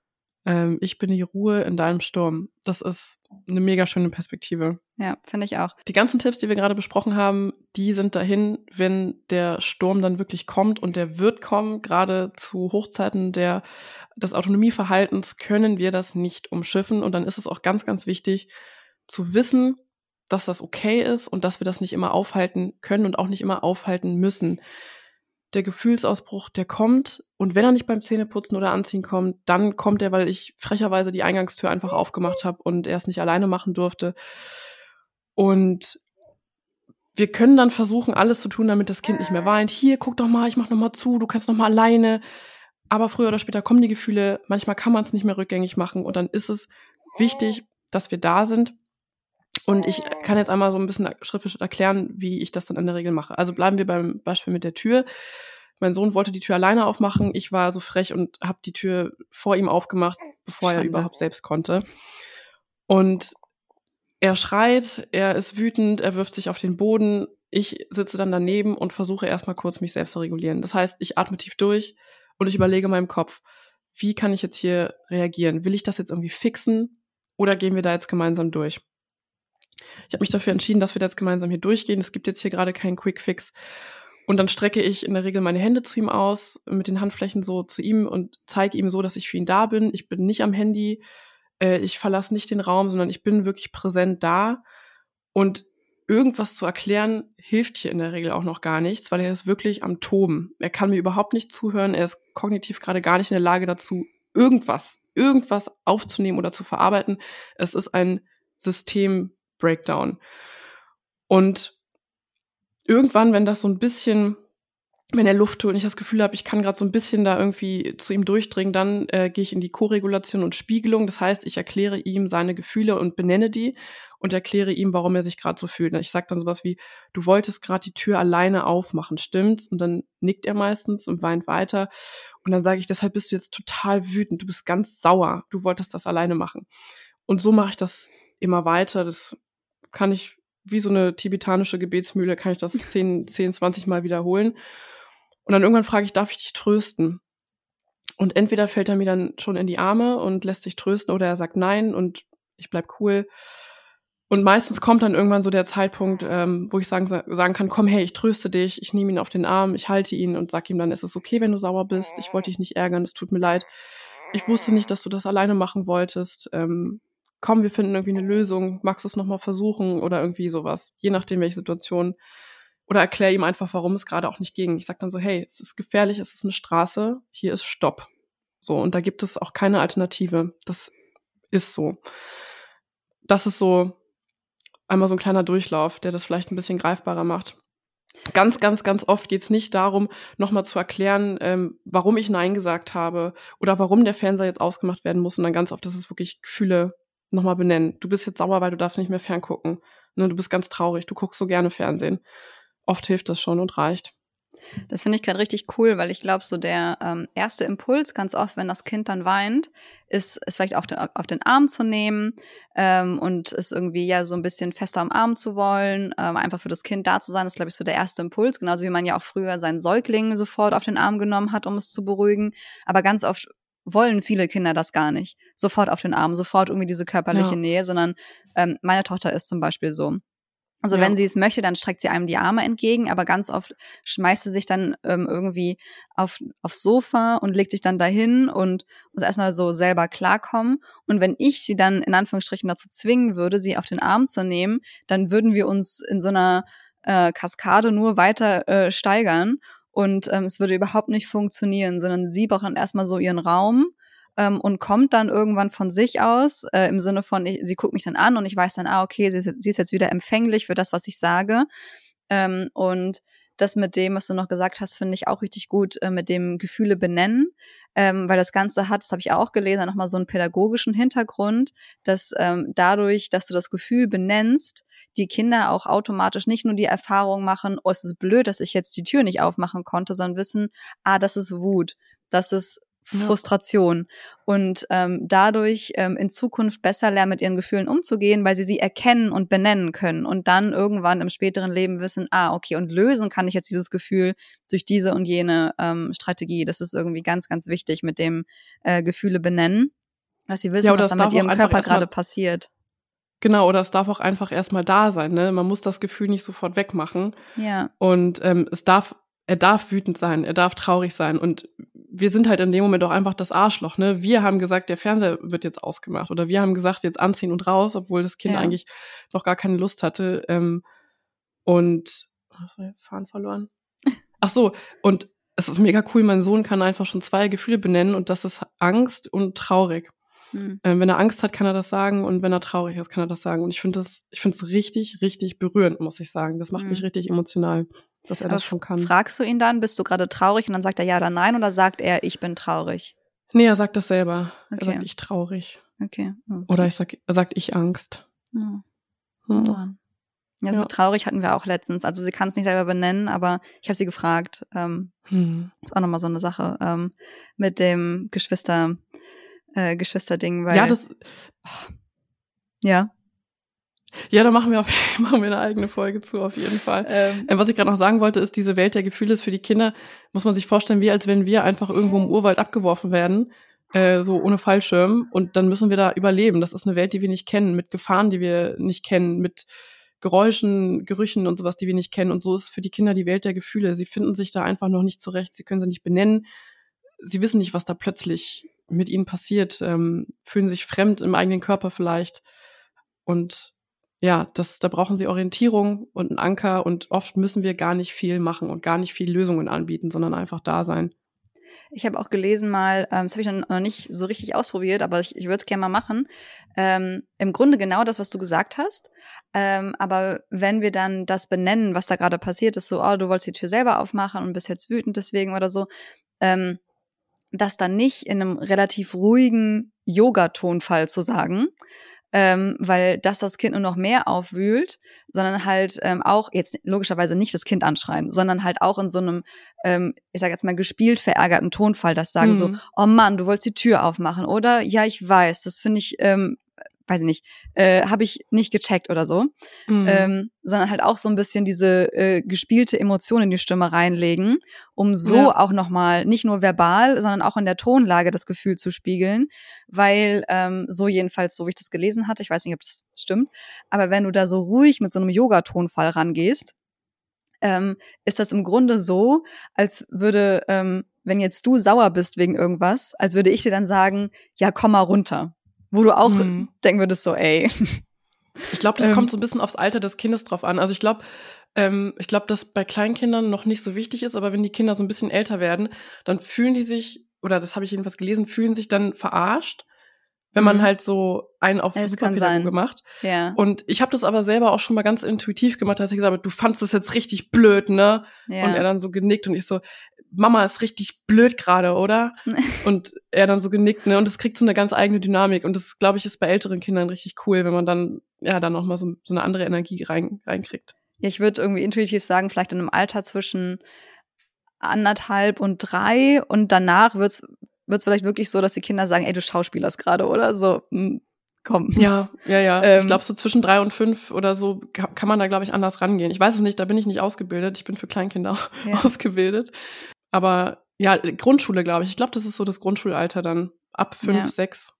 Speaker 2: Ich bin die Ruhe in deinem Sturm. Das ist eine mega schöne Perspektive.
Speaker 1: Ja, finde ich auch.
Speaker 2: Die ganzen Tipps, die wir gerade besprochen haben, die sind dahin, wenn der Sturm dann wirklich kommt, und der wird kommen. Gerade zu Hochzeiten des Autonomieverhaltens können wir das nicht umschiffen. Und dann ist es auch ganz, ganz wichtig zu wissen, dass das okay ist und dass wir das nicht immer aufhalten können und auch nicht immer aufhalten müssen. Der Gefühlsausbruch, der kommt, und wenn er nicht beim Zähneputzen oder Anziehen kommt, dann kommt er, weil ich frecherweise die Eingangstür einfach aufgemacht habe und er es nicht alleine machen durfte. Und wir können dann versuchen, alles zu tun, damit das Kind nicht mehr weint. Hier, guck doch mal, ich mach noch mal zu, du kannst noch mal alleine. Aber früher oder später kommen die Gefühle, manchmal kann man es nicht mehr rückgängig machen, und dann ist es wichtig, dass wir da sind. Und ich kann jetzt einmal so ein bisschen Schritt für Schritt erklären, wie ich das dann in der Regel mache. Also bleiben wir beim Beispiel mit der Tür. Mein Sohn wollte die Tür alleine aufmachen. Ich war so frech und habe die Tür vor ihm aufgemacht, bevor er überhaupt selbst konnte. Und er schreit, er ist wütend, er wirft sich auf den Boden. Ich sitze dann daneben und versuche erstmal kurz, mich selbst zu regulieren. Das heißt, ich atme tief durch und ich überlege in meinem Kopf, wie kann ich jetzt hier reagieren? Will ich das jetzt irgendwie fixen oder gehen wir da jetzt gemeinsam durch? Ich habe mich dafür entschieden, dass wir da jetzt gemeinsam hier durchgehen. Es gibt jetzt hier gerade keinen Quick Fix. Und dann strecke ich in der Regel meine Hände zu ihm aus, mit den Handflächen so zu ihm, und zeige ihm so, dass ich für ihn da bin. Ich bin nicht am Handy, ich verlasse nicht den Raum, sondern ich bin wirklich präsent da. Und irgendwas zu erklären hilft hier in der Regel auch noch gar nichts, weil er ist wirklich am Toben. Er kann mir überhaupt nicht zuhören. Er ist kognitiv gerade gar nicht in der Lage dazu, irgendwas aufzunehmen oder zu verarbeiten. Es ist ein System-Breakdown. Und irgendwann, wenn das so ein bisschen, wenn er Luft holt und ich das Gefühl habe, ich kann gerade so ein bisschen da irgendwie zu ihm durchdringen, dann gehe ich in die Koregulation und Spiegelung. Das heißt, ich erkläre ihm seine Gefühle und benenne die und erkläre ihm, warum er sich gerade so fühlt. Ich sage dann sowas wie, du wolltest gerade die Tür alleine aufmachen, stimmt's? Und dann nickt er meistens und weint weiter. Und dann sage ich, deshalb bist du jetzt total wütend, du bist ganz sauer, du wolltest das alleine machen. Und so mache ich das immer weiter. Das kann ich, wie so eine tibetanische Gebetsmühle, kann ich das 10, 20 Mal wiederholen. Und dann irgendwann frage ich, darf ich dich trösten? Und entweder fällt er mir dann schon in die Arme und lässt sich trösten, oder er sagt nein und ich bleib cool. Und meistens kommt dann irgendwann so der Zeitpunkt, wo ich sagen kann, komm, hey, ich tröste dich, ich nehme ihn auf den Arm, ich halte ihn und sag ihm dann, es ist okay, wenn du sauer bist, ich wollte dich nicht ärgern, es tut mir leid. Ich wusste nicht, dass du das alleine machen wolltest. Komm, wir finden irgendwie eine Lösung, magst du es nochmal versuchen oder irgendwie sowas, je nachdem, welche Situation. Oder erkläre ihm einfach, warum es gerade auch nicht ging. Ich sag dann so, hey, es ist gefährlich, es ist eine Straße, hier ist Stopp. So, und da gibt es auch keine Alternative. Das ist so. Das ist so einmal so ein kleiner Durchlauf, der das vielleicht ein bisschen greifbarer macht. Ganz, ganz, ganz oft geht es nicht darum, nochmal zu erklären, warum ich Nein gesagt habe oder warum der Fernseher jetzt ausgemacht werden muss. Und dann ganz oft ist es wirklich Gefühle nochmal benennen. Du bist jetzt sauer, weil du darfst nicht mehr ferngucken. Ne, du bist ganz traurig, du guckst so gerne Fernsehen. Oft hilft das schon und reicht.
Speaker 1: Das finde ich gerade richtig cool, weil ich glaube, so der erste Impuls ganz oft, wenn das Kind dann weint, ist vielleicht auch auf den Arm zu nehmen und es irgendwie ja so ein bisschen fester umarmen zu wollen, einfach für das Kind da zu sein, ist, glaube ich, so der erste Impuls. Genauso wie man ja auch früher seinen Säugling sofort auf den Arm genommen hat, um es zu beruhigen. Aber ganz oft wollen viele Kinder das gar nicht. Sofort auf den Arm, sofort irgendwie diese körperliche Nähe, sondern meine Tochter ist zum Beispiel so. Also wenn sie es möchte, dann streckt sie einem die Arme entgegen, aber ganz oft schmeißt sie sich dann irgendwie aufs Sofa und legt sich dann dahin und muss erstmal so selber klarkommen. Und wenn ich sie dann in Anführungsstrichen dazu zwingen würde, sie auf den Arm zu nehmen, dann würden wir uns in so einer Kaskade nur weiter steigern und es würde überhaupt nicht funktionieren, sondern sie braucht dann erstmal so ihren Raum. Und kommt dann irgendwann von sich aus, im Sinne von, sie guckt mich dann an und ich weiß dann, okay, sie ist jetzt wieder empfänglich für das, was ich sage. Und das mit dem, was du noch gesagt hast, finde ich auch richtig gut, mit dem Gefühle benennen, weil das Ganze hat, das habe ich auch gelesen, nochmal so einen pädagogischen Hintergrund, dass dadurch, dass du das Gefühl benennst, die Kinder auch automatisch nicht nur die Erfahrung machen, oh, es ist blöd, dass ich jetzt die Tür nicht aufmachen konnte, sondern wissen, das ist Wut, das ist Frustration und dadurch in Zukunft besser lernen, mit ihren Gefühlen umzugehen, weil sie erkennen und benennen können und dann irgendwann im späteren Leben wissen, okay, und lösen kann ich jetzt dieses Gefühl durch diese und jene Strategie. Das ist irgendwie ganz, ganz wichtig mit dem Gefühle benennen. Dass sie wissen, was da mit ihrem Körper gerade passiert.
Speaker 2: Genau, oder es darf auch einfach erstmal da sein, ne? Man muss das Gefühl nicht sofort wegmachen.
Speaker 1: Ja.
Speaker 2: Und er darf wütend sein, er darf traurig sein. Und wir sind halt in dem Moment auch einfach das Arschloch, ne? Wir haben gesagt, der Fernseher wird jetzt ausgemacht. Oder wir haben gesagt, jetzt anziehen und raus, obwohl das Kind eigentlich noch gar keine Lust hatte. Faden verloren. Ach so, und es ist mega cool, mein Sohn kann einfach schon 2 Gefühle benennen und das ist Angst und traurig. Wenn er Angst hat, kann er das sagen und wenn er traurig ist, kann er das sagen. Und ich finde es richtig, richtig berührend, muss ich sagen. Das macht mich richtig emotional, dass er das schon kann.
Speaker 1: Fragst du ihn dann, bist du gerade traurig? Und dann sagt er ja oder nein oder sagt er, ich bin traurig?
Speaker 2: Nee, er sagt das selber. Okay. Er sagt, ich traurig.
Speaker 1: Okay.
Speaker 2: Oder er sagt, ich Angst.
Speaker 1: Ja, so traurig hatten wir auch letztens. Also sie kann es nicht selber benennen, aber ich habe sie gefragt. Ist auch nochmal so eine Sache mit dem Geschwisterding, weil ja,
Speaker 2: da machen wir eine eigene Folge zu, auf jeden Fall. Was ich gerade noch sagen wollte, ist, diese Welt der Gefühle ist für die Kinder, muss man sich vorstellen, wie als wenn wir einfach irgendwo im Urwald abgeworfen werden, so ohne Fallschirm, und dann müssen wir da überleben. Das ist eine Welt, die wir nicht kennen, mit Gefahren, die wir nicht kennen, mit Geräuschen, Gerüchen und sowas, die wir nicht kennen. Und so ist für die Kinder die Welt der Gefühle. Sie finden sich da einfach noch nicht zurecht, sie können sie nicht benennen, sie wissen nicht, was da plötzlich mit ihnen passiert, fühlen sich fremd im eigenen Körper vielleicht. Und ja, da brauchen sie Orientierung und einen Anker und oft müssen wir gar nicht viel machen und gar nicht viel Lösungen anbieten, sondern einfach da sein.
Speaker 1: Ich habe auch gelesen mal, das habe ich noch nicht so richtig ausprobiert, aber ich würde es gerne mal machen. Im Grunde genau das, was du gesagt hast. Aber wenn wir dann das benennen, was da gerade passiert ist, so, du wolltest die Tür selber aufmachen und bist jetzt wütend deswegen oder so, das dann nicht in einem relativ ruhigen Yoga-Tonfall zu sagen, weil das Kind nur noch mehr aufwühlt, sondern halt auch jetzt logischerweise nicht das Kind anschreien, sondern halt auch in so einem, ich sag jetzt mal, gespielt verärgerten Tonfall das sagen, so, oh Mann, du wolltest die Tür aufmachen, oder? Ja, ich weiß, das finde ich, weiß ich nicht, habe ich nicht gecheckt oder so, sondern halt auch so ein bisschen diese gespielte Emotion in die Stimme reinlegen, um so auch nochmal, nicht nur verbal, sondern auch in der Tonlage das Gefühl zu spiegeln, weil so jedenfalls, so wie ich das gelesen hatte, ich weiß nicht, ob das stimmt, aber wenn du da so ruhig mit so einem Yoga-Tonfall rangehst, ist das im Grunde so, als würde, wenn jetzt du sauer bist wegen irgendwas, als würde ich dir dann sagen, ja, komm mal runter. Wo du auch denken würdest, so, ey.
Speaker 2: Ich glaube, das kommt so ein bisschen aufs Alter des Kindes drauf an. Also ich glaube, dass bei Kleinkindern noch nicht so wichtig ist, aber wenn die Kinder so ein bisschen älter werden, dann fühlen die sich, oder das habe ich jedenfalls gelesen, fühlen sich dann verarscht, wenn man halt so einen auf Superpädagoge macht.
Speaker 1: Ja.
Speaker 2: Und ich habe das aber selber auch schon mal ganz intuitiv gemacht, dass ich gesagt habe, du fandst das jetzt richtig blöd, ne? Ja. Und er dann so genickt und ich so, Mama ist richtig blöd gerade, oder? Und er dann so genickt, ne? Und es kriegt so eine ganz eigene Dynamik. Und das, glaube ich, ist bei älteren Kindern richtig cool, wenn man dann noch mal so eine andere Energie reinkriegt.
Speaker 1: Ja, ich würde irgendwie intuitiv sagen, vielleicht in einem Alter zwischen 1,5 und 3 und danach wird's vielleicht wirklich so, dass die Kinder sagen, ey, du schauspielerst gerade, oder? So, komm.
Speaker 2: Ja. Ich glaube, so zwischen 3 und 5 oder so kann man da, glaube ich, anders rangehen. Ich weiß es nicht, da bin ich nicht ausgebildet. Ich bin für Kleinkinder ausgebildet. Aber ja, Grundschule, glaube ich. Ich glaube, das ist so das Grundschulalter dann. Ab 5, 6.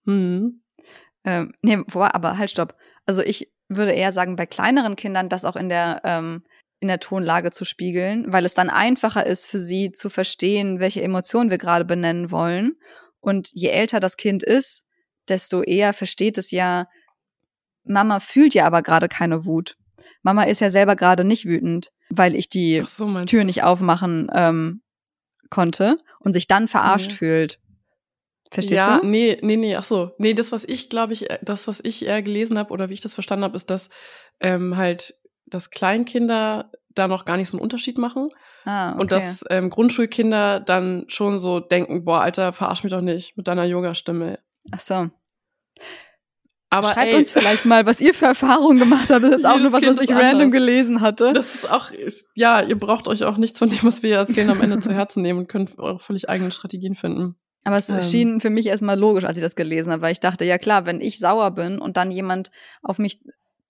Speaker 1: Aber halt, stopp. Also ich würde eher sagen, bei kleineren Kindern das auch in der Tonlage zu spiegeln, weil es dann einfacher ist für sie zu verstehen, welche Emotionen wir gerade benennen wollen. Und je älter das Kind ist, desto eher versteht es ja, Mama fühlt ja aber gerade keine Wut. Mama ist ja selber gerade nicht wütend, weil ich die Tür nicht aufmachen konnte und sich dann verarscht fühlt. Verstehst du?
Speaker 2: Ja, nee, ach so. Nee, das, was ich eher gelesen habe oder wie ich das verstanden habe, ist, dass halt, dass Kleinkinder da noch gar nicht so einen Unterschied machen.
Speaker 1: Okay.
Speaker 2: Und dass Grundschulkinder dann schon so denken, boah, Alter, verarsch mich doch nicht mit deiner Yoga-Stimme.
Speaker 1: Ach so.
Speaker 2: Aber
Speaker 1: schreibt uns vielleicht mal, was ihr für Erfahrungen gemacht habt. Das ist auch nur was ich random gelesen hatte.
Speaker 2: Das ist auch, ja, ihr braucht euch auch nichts von dem, was wir hier erzählen, am Ende zu Herzen nehmen und könnt eure völlig eigenen Strategien finden.
Speaker 1: Aber es schien für mich erstmal logisch, als ich das gelesen habe, weil ich dachte, ja klar, wenn ich sauer bin und dann jemand auf mich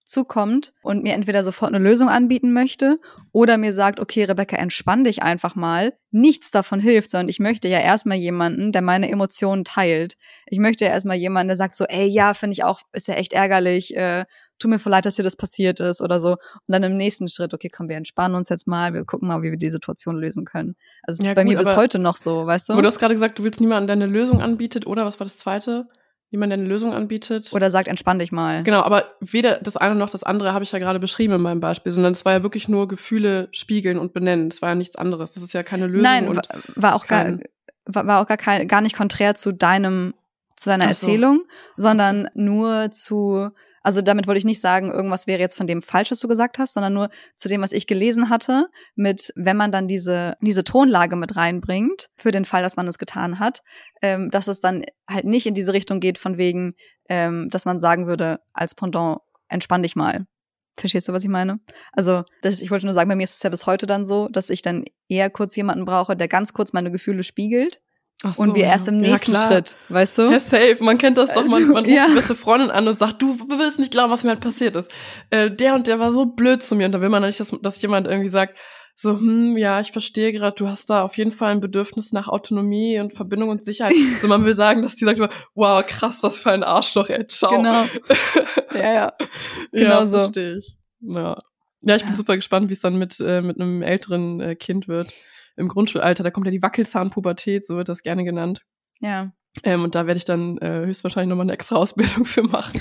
Speaker 1: zukommt und mir entweder sofort eine Lösung anbieten möchte oder mir sagt, okay, Rebecca, entspann dich einfach mal. Nichts davon hilft, sondern ich möchte ja erstmal jemanden, der meine Emotionen teilt. Ich möchte ja erstmal jemanden, der sagt so, ey, ja, finde ich auch, ist ja echt ärgerlich, tut mir voll leid, dass dir das passiert ist oder so. Und dann im nächsten Schritt, okay, komm, wir entspannen uns jetzt mal, wir gucken mal, wie wir die Situation lösen können. Also
Speaker 2: Ja,
Speaker 1: bei
Speaker 2: gut,
Speaker 1: mir bis heute noch so, weißt du?
Speaker 2: Aber du hast gerade gesagt, du willst niemanden, der eine Lösung anbietet, oder? Was war das Zweite? Jemand, der eine Lösung anbietet.
Speaker 1: Oder sagt, entspann dich mal.
Speaker 2: Genau, aber weder das eine noch das andere habe ich ja gerade beschrieben in meinem Beispiel, sondern es war ja wirklich nur Gefühle spiegeln und benennen. Das war ja nichts anderes. Das ist ja keine Lösung.
Speaker 1: Nein, war auch gar nicht konträr zu deiner Erzählung, sondern nur also damit wollte ich nicht sagen, irgendwas wäre jetzt von dem falsch, was du gesagt hast, sondern nur zu dem, was ich gelesen hatte, wenn man dann diese Tonlage mit reinbringt, für den Fall, dass man es getan hat, dass es dann halt nicht in diese Richtung geht, von wegen, dass man sagen würde, als Pendant, entspann dich mal. Verstehst du, was ich meine? Also, ich wollte nur sagen, bei mir ist es ja bis heute dann so, dass ich dann eher kurz jemanden brauche, der ganz kurz meine Gefühle spiegelt. Ach so, und wir erst im nächsten Schritt, weißt du?
Speaker 2: Ja, safe. Man kennt das doch. Man ruft die beste Freundin an und sagt, du willst nicht glauben, was mir halt passiert ist. Der und der war so blöd zu mir. Und da will man nicht, dass jemand irgendwie sagt, so, ja, ich verstehe gerade, du hast da auf jeden Fall ein Bedürfnis nach Autonomie und Verbindung und Sicherheit. So, man will sagen, dass die sagt, wow, krass, was für ein Arschloch, ey, ciao.
Speaker 1: Genau. Ja. Genau
Speaker 2: ja,
Speaker 1: so.
Speaker 2: Verstehe ich. Ja, ich bin super gespannt, wie es dann mit einem älteren Kind wird. Im Grundschulalter, da kommt ja die Wackelzahnpubertät, so wird das gerne genannt.
Speaker 1: Ja.
Speaker 2: Und da werde ich dann höchstwahrscheinlich nochmal eine extra Ausbildung für machen.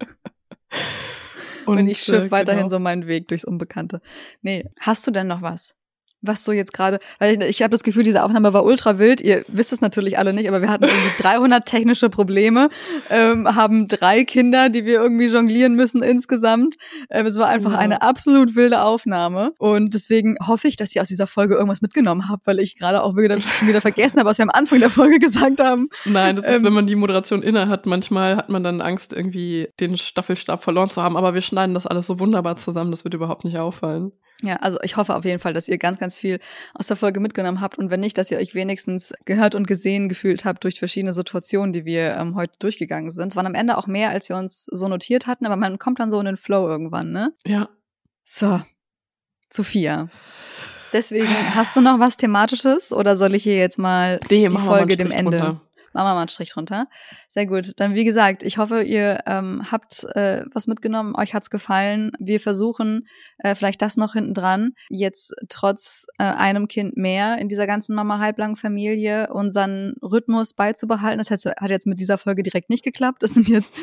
Speaker 1: Und ich schiff weiterhin so meinen Weg durchs Unbekannte. Nee, hast du denn noch was du jetzt gerade, weil ich habe das Gefühl, diese Aufnahme war ultra wild. Ihr wisst es natürlich alle nicht, aber wir hatten irgendwie 300 technische Probleme, haben 3 Kinder, die wir irgendwie jonglieren müssen insgesamt. Es war einfach eine absolut wilde Aufnahme und deswegen hoffe ich, dass ihr aus dieser Folge irgendwas mitgenommen habt, weil ich gerade auch schon wieder vergessen habe, was wir am Anfang der Folge gesagt haben.
Speaker 2: Nein, das ist, wenn man die Moderation inne hat, manchmal hat man dann Angst, irgendwie den Staffelstab verloren zu haben, aber wir schneiden das alles so wunderbar zusammen, das wird überhaupt nicht auffallen.
Speaker 1: Ja, also ich hoffe auf jeden Fall, dass ihr ganz, ganz viel aus der Folge mitgenommen habt und wenn nicht, dass ihr euch wenigstens gehört und gesehen gefühlt habt durch verschiedene Situationen, die wir heute durchgegangen sind. Es waren am Ende auch mehr, als wir uns so notiert hatten, aber man kommt dann so in den Flow irgendwann, ne?
Speaker 2: Ja.
Speaker 1: So, Sophia. Deswegen, hast du noch was Thematisches oder soll ich hier jetzt mal die Folge dem Ende...
Speaker 2: Runter.
Speaker 1: Machen wir mal einen Strich drunter. Sehr gut. Dann, wie gesagt, ich hoffe, ihr habt was mitgenommen, euch hat's gefallen. Wir versuchen, vielleicht das noch hinten dran, jetzt trotz einem Kind mehr in dieser ganzen Mama-Halblang-Familie unseren Rhythmus beizubehalten. Das hat jetzt mit dieser Folge direkt nicht geklappt. Das sind jetzt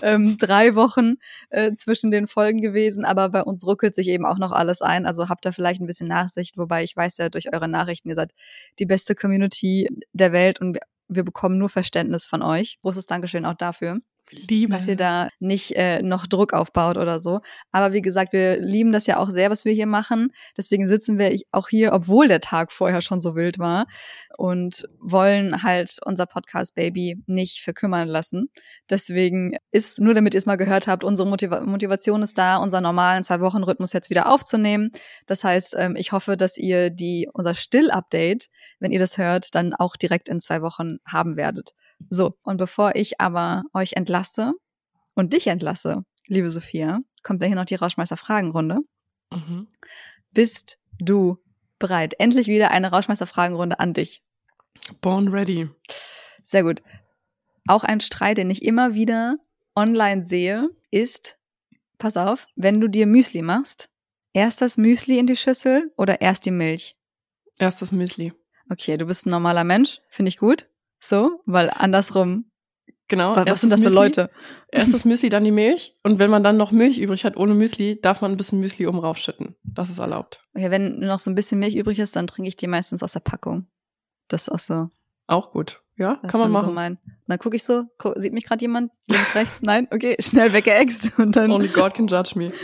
Speaker 1: 3 Wochen zwischen den Folgen gewesen, aber bei uns ruckelt sich eben auch noch alles ein. Also habt da vielleicht ein bisschen Nachsicht, wobei ich weiß ja durch eure Nachrichten, ihr seid die beste Community der Welt und wir bekommen nur Verständnis von euch. Großes Dankeschön auch dafür.
Speaker 2: Liebe.
Speaker 1: Dass ihr da nicht noch Druck aufbaut oder so. Aber wie gesagt, wir lieben das ja auch sehr, was wir hier machen. Deswegen sitzen wir auch hier, obwohl der Tag vorher schon so wild war und wollen halt unser Podcast-Baby nicht verkümmern lassen. Deswegen ist, nur damit ihr es mal gehört habt, unsere Motivation ist da, unseren normalen 2-Wochen-Rhythmus jetzt wieder aufzunehmen. Das heißt, ich hoffe, dass ihr unser Still-Update, wenn ihr das hört, dann auch direkt in 2 Wochen haben werdet. So, und bevor ich aber euch entlasse und dich entlasse, liebe Sophia, kommt da hier noch die Rauschmeister-Fragenrunde.
Speaker 2: Mhm.
Speaker 1: Bist du bereit? Endlich wieder eine Rauschmeister-Fragenrunde an dich.
Speaker 2: Born ready.
Speaker 1: Sehr gut. Auch ein Streit, den ich immer wieder online sehe, ist, pass auf, wenn du dir Müsli machst, erst das Müsli in die Schüssel oder erst die Milch?
Speaker 2: Erst das Müsli.
Speaker 1: Okay, du bist ein normaler Mensch, finde ich gut. So, weil andersrum,
Speaker 2: genau,
Speaker 1: was sind das für Leute?
Speaker 2: Erst das Müsli, dann die Milch. Und wenn man dann noch Milch übrig hat ohne Müsli, darf man ein bisschen Müsli oben raufschütten. Das ist erlaubt.
Speaker 1: Okay, wenn noch so ein bisschen Milch übrig ist, dann trinke ich die meistens aus der Packung. Das ist auch so.
Speaker 2: Auch gut, ja, kann man machen.
Speaker 1: So dann gucke ich so, sieht mich gerade jemand? Links, rechts? Nein? Okay, schnell weggeext. Und dann
Speaker 2: Only God can judge me.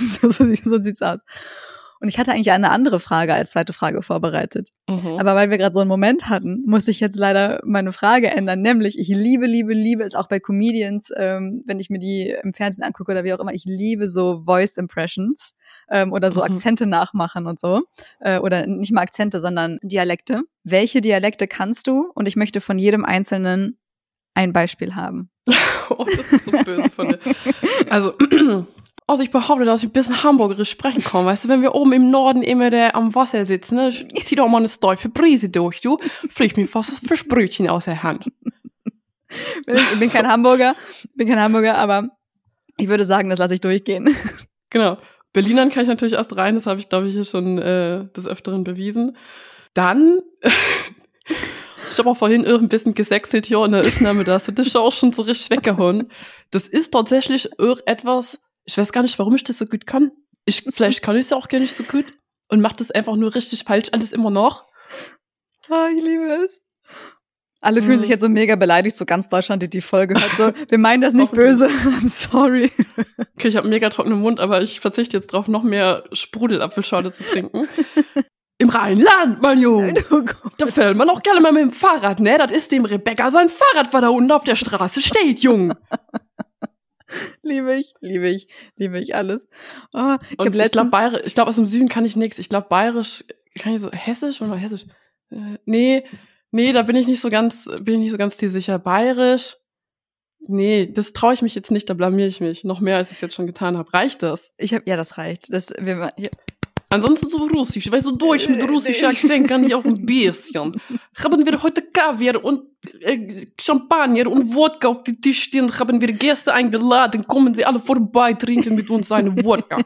Speaker 1: so sieht's aus. Und ich hatte eigentlich eine andere Frage als zweite Frage vorbereitet.
Speaker 2: Mhm.
Speaker 1: Aber weil wir gerade so einen Moment hatten, muss ich jetzt leider meine Frage ändern. Nämlich, ich liebe es auch bei Comedians, wenn ich mir die im Fernsehen angucke oder wie auch immer, ich liebe so Voice Impressions oder so Akzente nachmachen und so. Oder nicht mal Akzente, sondern Dialekte. Welche Dialekte kannst du? Und ich möchte von jedem Einzelnen ein Beispiel haben.
Speaker 2: Oh, das ist so böse von dir. Also Also ich behaupte, dass ich ein bisschen hamburgerisch sprechen kann. Weißt du, wenn wir oben im Norden immer am Wasser sitzen, ne, zieh doch mal eine steife Brise durch, du. Flieg mir fast für Sprötchen aus der Hand.
Speaker 1: Ich bin kein Hamburger, aber ich würde sagen, das lasse ich durchgehen.
Speaker 2: Genau. Berlinern kann ich natürlich erst rein, das habe ich, glaube ich, hier schon des Öfteren bewiesen. Dann, ich habe auch vorhin ein bisschen gesächselt hier in der Aufnahme, da hast du dich auch schon so richtig weggehauen. Das ist tatsächlich etwas, ich weiß gar nicht, warum ich das so gut kann. Vielleicht kann ich es ja auch gar nicht so gut und mache das einfach nur richtig falsch alles immer noch.
Speaker 1: Oh, ich liebe es. Alle fühlen sich jetzt so mega beleidigt, so ganz Deutschland, die Folge hört. So, wir meinen das nicht böse. I'm sorry.
Speaker 2: Okay, ich habe einen mega trockenen Mund, aber ich verzichte jetzt drauf, noch mehr Sprudelapfelschorle zu trinken. Im Rheinland, mein Junge. Oh, da fährt man auch gerne mal mit dem Fahrrad, ne? Das ist dem Rebecca sein Fahrrad, was da unten auf der Straße steht, Junge.
Speaker 1: Liebe ich alles. Oh,
Speaker 2: ich glaube, aus dem Süden kann ich nichts. Ich glaube, bayerisch, kann ich so, hessisch? Warte mal, hessisch. Nee, da bin ich nicht so ganz dir sicher. Bayerisch? Nee, das traue ich mich jetzt nicht, da blamier ich mich. Noch mehr, als ich es jetzt schon getan habe. Reicht das?
Speaker 1: Ja, das reicht.
Speaker 2: Ansonsten so russisch, weil so Deutsch mit russischer Akzent kann ich auch ein bisschen. Haben wir heute Kaviar und Champagner und Wodka auf den Tisch stehen, haben wir Gäste eingeladen, kommen sie alle vorbei, trinken mit uns eine Wodka.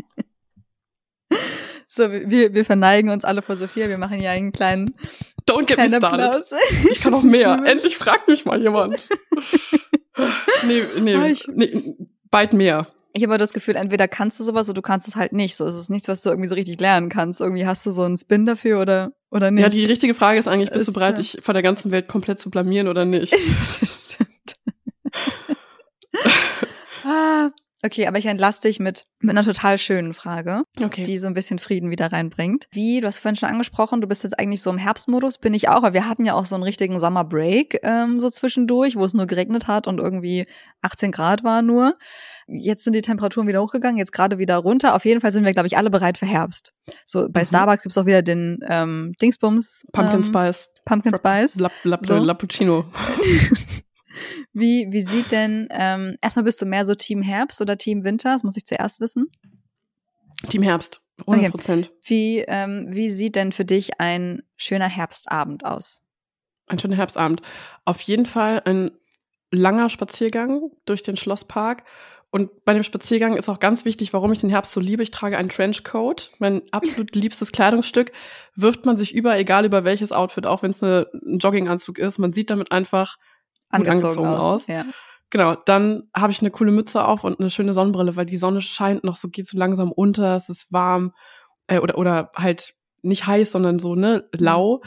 Speaker 1: So, wir verneigen uns alle vor Sophia, wir machen hier einen kleinen
Speaker 2: Don't get me started. Ich kann noch mehr. Endlich fragt mich mal jemand. Nee, bald mehr.
Speaker 1: Ich habe das Gefühl, entweder kannst du sowas oder du kannst es halt nicht. So, es ist nichts, was du irgendwie so richtig lernen kannst. Irgendwie hast du so einen Spin dafür oder nicht.
Speaker 2: Ja, die richtige Frage ist eigentlich, bist du bereit, dich vor der ganzen Welt komplett zu blamieren oder nicht?
Speaker 1: Das stimmt. Okay, aber ich entlasse dich mit einer total schönen Frage, die so ein bisschen Frieden wieder reinbringt. Du hast vorhin schon angesprochen, du bist jetzt eigentlich so im Herbstmodus, bin ich auch, weil wir hatten ja auch so einen richtigen Sommerbreak so zwischendurch, wo es nur geregnet hat und irgendwie 18 Grad war nur. Jetzt sind die Temperaturen wieder hochgegangen, jetzt gerade wieder runter. Auf jeden Fall sind wir, glaube ich, alle bereit für Herbst. So bei Starbucks gibt's auch wieder den Dingsbums.
Speaker 2: Pumpkin Spice. Lappuccino.
Speaker 1: Wie sieht denn, erstmal bist du mehr so Team Herbst oder Team Winter? Das muss ich zuerst wissen.
Speaker 2: Team Herbst, 100%.
Speaker 1: Okay. Wie sieht denn für dich ein schöner Herbstabend aus?
Speaker 2: Ein schöner Herbstabend. Auf jeden Fall ein langer Spaziergang durch den Schlosspark. Und bei dem Spaziergang ist auch ganz wichtig, warum ich den Herbst so liebe. Ich trage einen Trenchcoat, mein absolut liebstes Kleidungsstück. Wirft man sich egal über welches Outfit, auch wenn es ein Jogginganzug ist. Man sieht damit einfach gut angezogen aus. Ja. Genau, dann habe ich eine coole Mütze auf und eine schöne Sonnenbrille, weil die Sonne scheint noch, so geht so langsam unter, es ist warm oder halt nicht heiß, sondern so lau.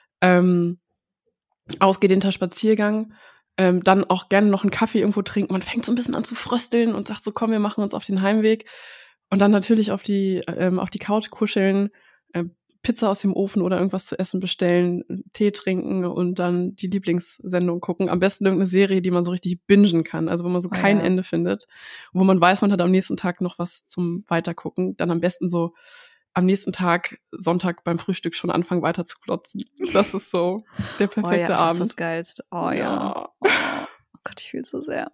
Speaker 2: Ausgedehnter Spaziergang. Dann auch gerne noch einen Kaffee irgendwo trinken. Man fängt so ein bisschen an zu frösteln und sagt so, komm, wir machen uns auf den Heimweg. Und dann natürlich auf die Couch kuscheln, Pizza aus dem Ofen oder irgendwas zu essen bestellen, Tee trinken und dann die Lieblingssendung gucken. Am besten irgendeine Serie, die man so richtig bingen kann, also wo man so kein Ende findet. Wo man weiß, man hat am nächsten Tag noch was zum Weitergucken. Dann am besten so am nächsten Tag, Sonntag beim Frühstück schon anfangen weiter zu klotzen. Das ist so der perfekte Abend.
Speaker 1: Das ist das Geilste. Oh Gott, ich fühle es so sehr.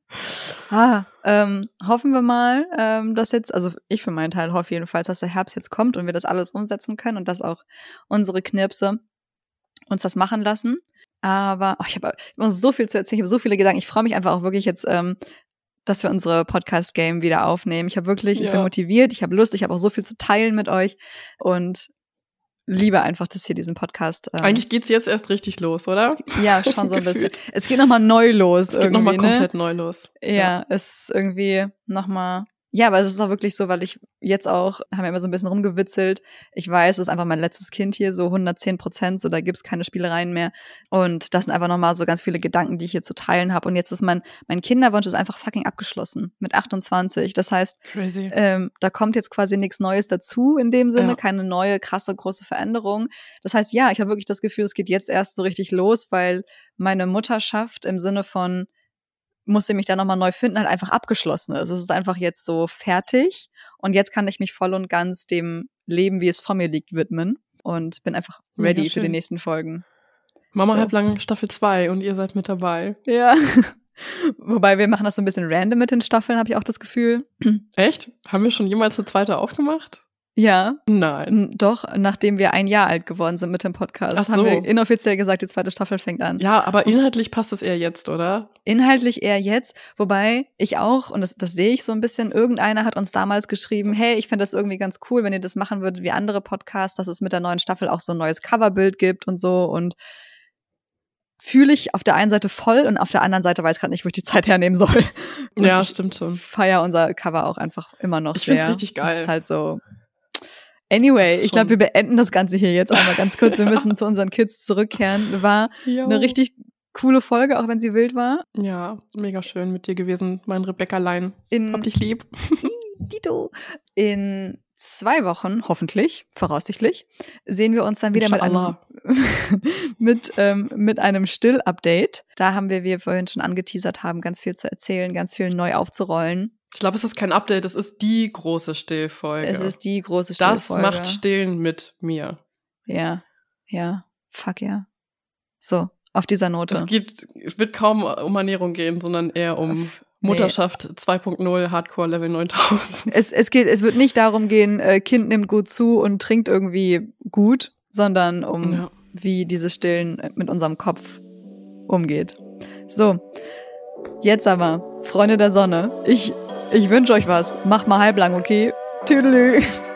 Speaker 1: Hoffen wir mal, dass jetzt, also ich für meinen Teil hoffe jedenfalls, dass der Herbst jetzt kommt und wir das alles umsetzen können und dass auch unsere Knirpse uns das machen lassen. Aber ich habe so viel zu erzählen, ich habe so viele Gedanken. Ich freue mich einfach auch wirklich jetzt, dass wir unsere Podcast-Game wieder aufnehmen. Ich bin motiviert, ich habe Lust, ich habe auch so viel zu teilen mit euch und liebe einfach das hier, diesen Podcast.
Speaker 2: Eigentlich geht's jetzt erst richtig los, oder?
Speaker 1: Ja, schon so ein bisschen. Es geht nochmal neu los.
Speaker 2: Es geht nochmal komplett neu los.
Speaker 1: Ja, es ist irgendwie nochmal. Ja, aber es ist auch wirklich so, weil ich jetzt auch, haben wir immer so ein bisschen rumgewitzelt. Ich weiß, es ist einfach mein letztes Kind hier, so 110%, so da gibt's keine Spielereien mehr. Und das sind einfach nochmal so ganz viele Gedanken, die ich hier zu teilen habe. Und jetzt ist mein Kinderwunsch ist einfach fucking abgeschlossen mit 28. Das heißt,
Speaker 2: crazy.
Speaker 1: Da kommt jetzt quasi nichts Neues dazu in dem Sinne, keine neue, krasse, große Veränderung. Das heißt, ja, ich habe wirklich das Gefühl, es geht jetzt erst so richtig los, weil meine Mutterschaft im Sinne von musste mich da nochmal neu finden, halt einfach abgeschlossen ist. Es ist einfach jetzt so fertig und jetzt kann ich mich voll und ganz dem Leben, wie es vor mir liegt, widmen und bin einfach ready für die nächsten Folgen.
Speaker 2: Mama Halblang Staffel 2 und ihr seid mit dabei.
Speaker 1: Ja, Wobei wir machen das so ein bisschen random mit den Staffeln, habe ich auch das Gefühl.
Speaker 2: Echt? Haben wir schon jemals eine zweite aufgemacht?
Speaker 1: Ja.
Speaker 2: Nein.
Speaker 1: Doch, nachdem wir 1 Jahr alt geworden sind mit dem Podcast,
Speaker 2: Ach so.
Speaker 1: haben wir inoffiziell gesagt, die zweite Staffel fängt an.
Speaker 2: Ja, aber inhaltlich passt es eher jetzt, oder?
Speaker 1: Inhaltlich eher jetzt, wobei ich auch, und das sehe ich so ein bisschen, irgendeiner hat uns damals geschrieben, hey, ich fände das irgendwie ganz cool, wenn ihr das machen würdet wie andere Podcasts, dass es mit der neuen Staffel auch so ein neues Coverbild gibt und so, und fühle ich auf der einen Seite voll und auf der anderen Seite weiß ich gerade nicht, wo ich die Zeit hernehmen soll. Und
Speaker 2: Ja, stimmt schon.
Speaker 1: Ich feiere unser Cover auch einfach immer noch
Speaker 2: Ich
Speaker 1: sehr.
Speaker 2: find's richtig geil.
Speaker 1: Das ist halt so. Anyway, ich glaube, wir beenden das Ganze hier jetzt einmal ganz kurz. Wir müssen zu unseren Kids zurückkehren. War eine richtig coole Folge, auch wenn sie wild war.
Speaker 2: Ja, mega schön mit dir gewesen, mein Rebecca-Lein. Hab dich lieb. Dito.
Speaker 1: In 2 Wochen, hoffentlich, voraussichtlich, sehen wir uns dann wieder mit einem Still-Update. Da haben wir, wie wir vorhin schon angeteasert haben, ganz viel zu erzählen, ganz viel neu aufzurollen.
Speaker 2: Ich glaube, es ist kein Update, es ist die große Stillfolge.
Speaker 1: Es ist die große Stillfolge.
Speaker 2: Das macht Stillen mit mir.
Speaker 1: Ja, fuck ja. So, auf dieser Note.
Speaker 2: Es wird kaum um Ernährung gehen, sondern eher um Mutterschaft 2.0, Hardcore Level 9000.
Speaker 1: Es wird nicht darum gehen, Kind nimmt gut zu und trinkt irgendwie gut, sondern um wie dieses Stillen mit unserem Kopf umgeht. So, jetzt aber, Freunde der Sonne, ich wünsche euch was. Macht mal halblang, okay? Tüdelü.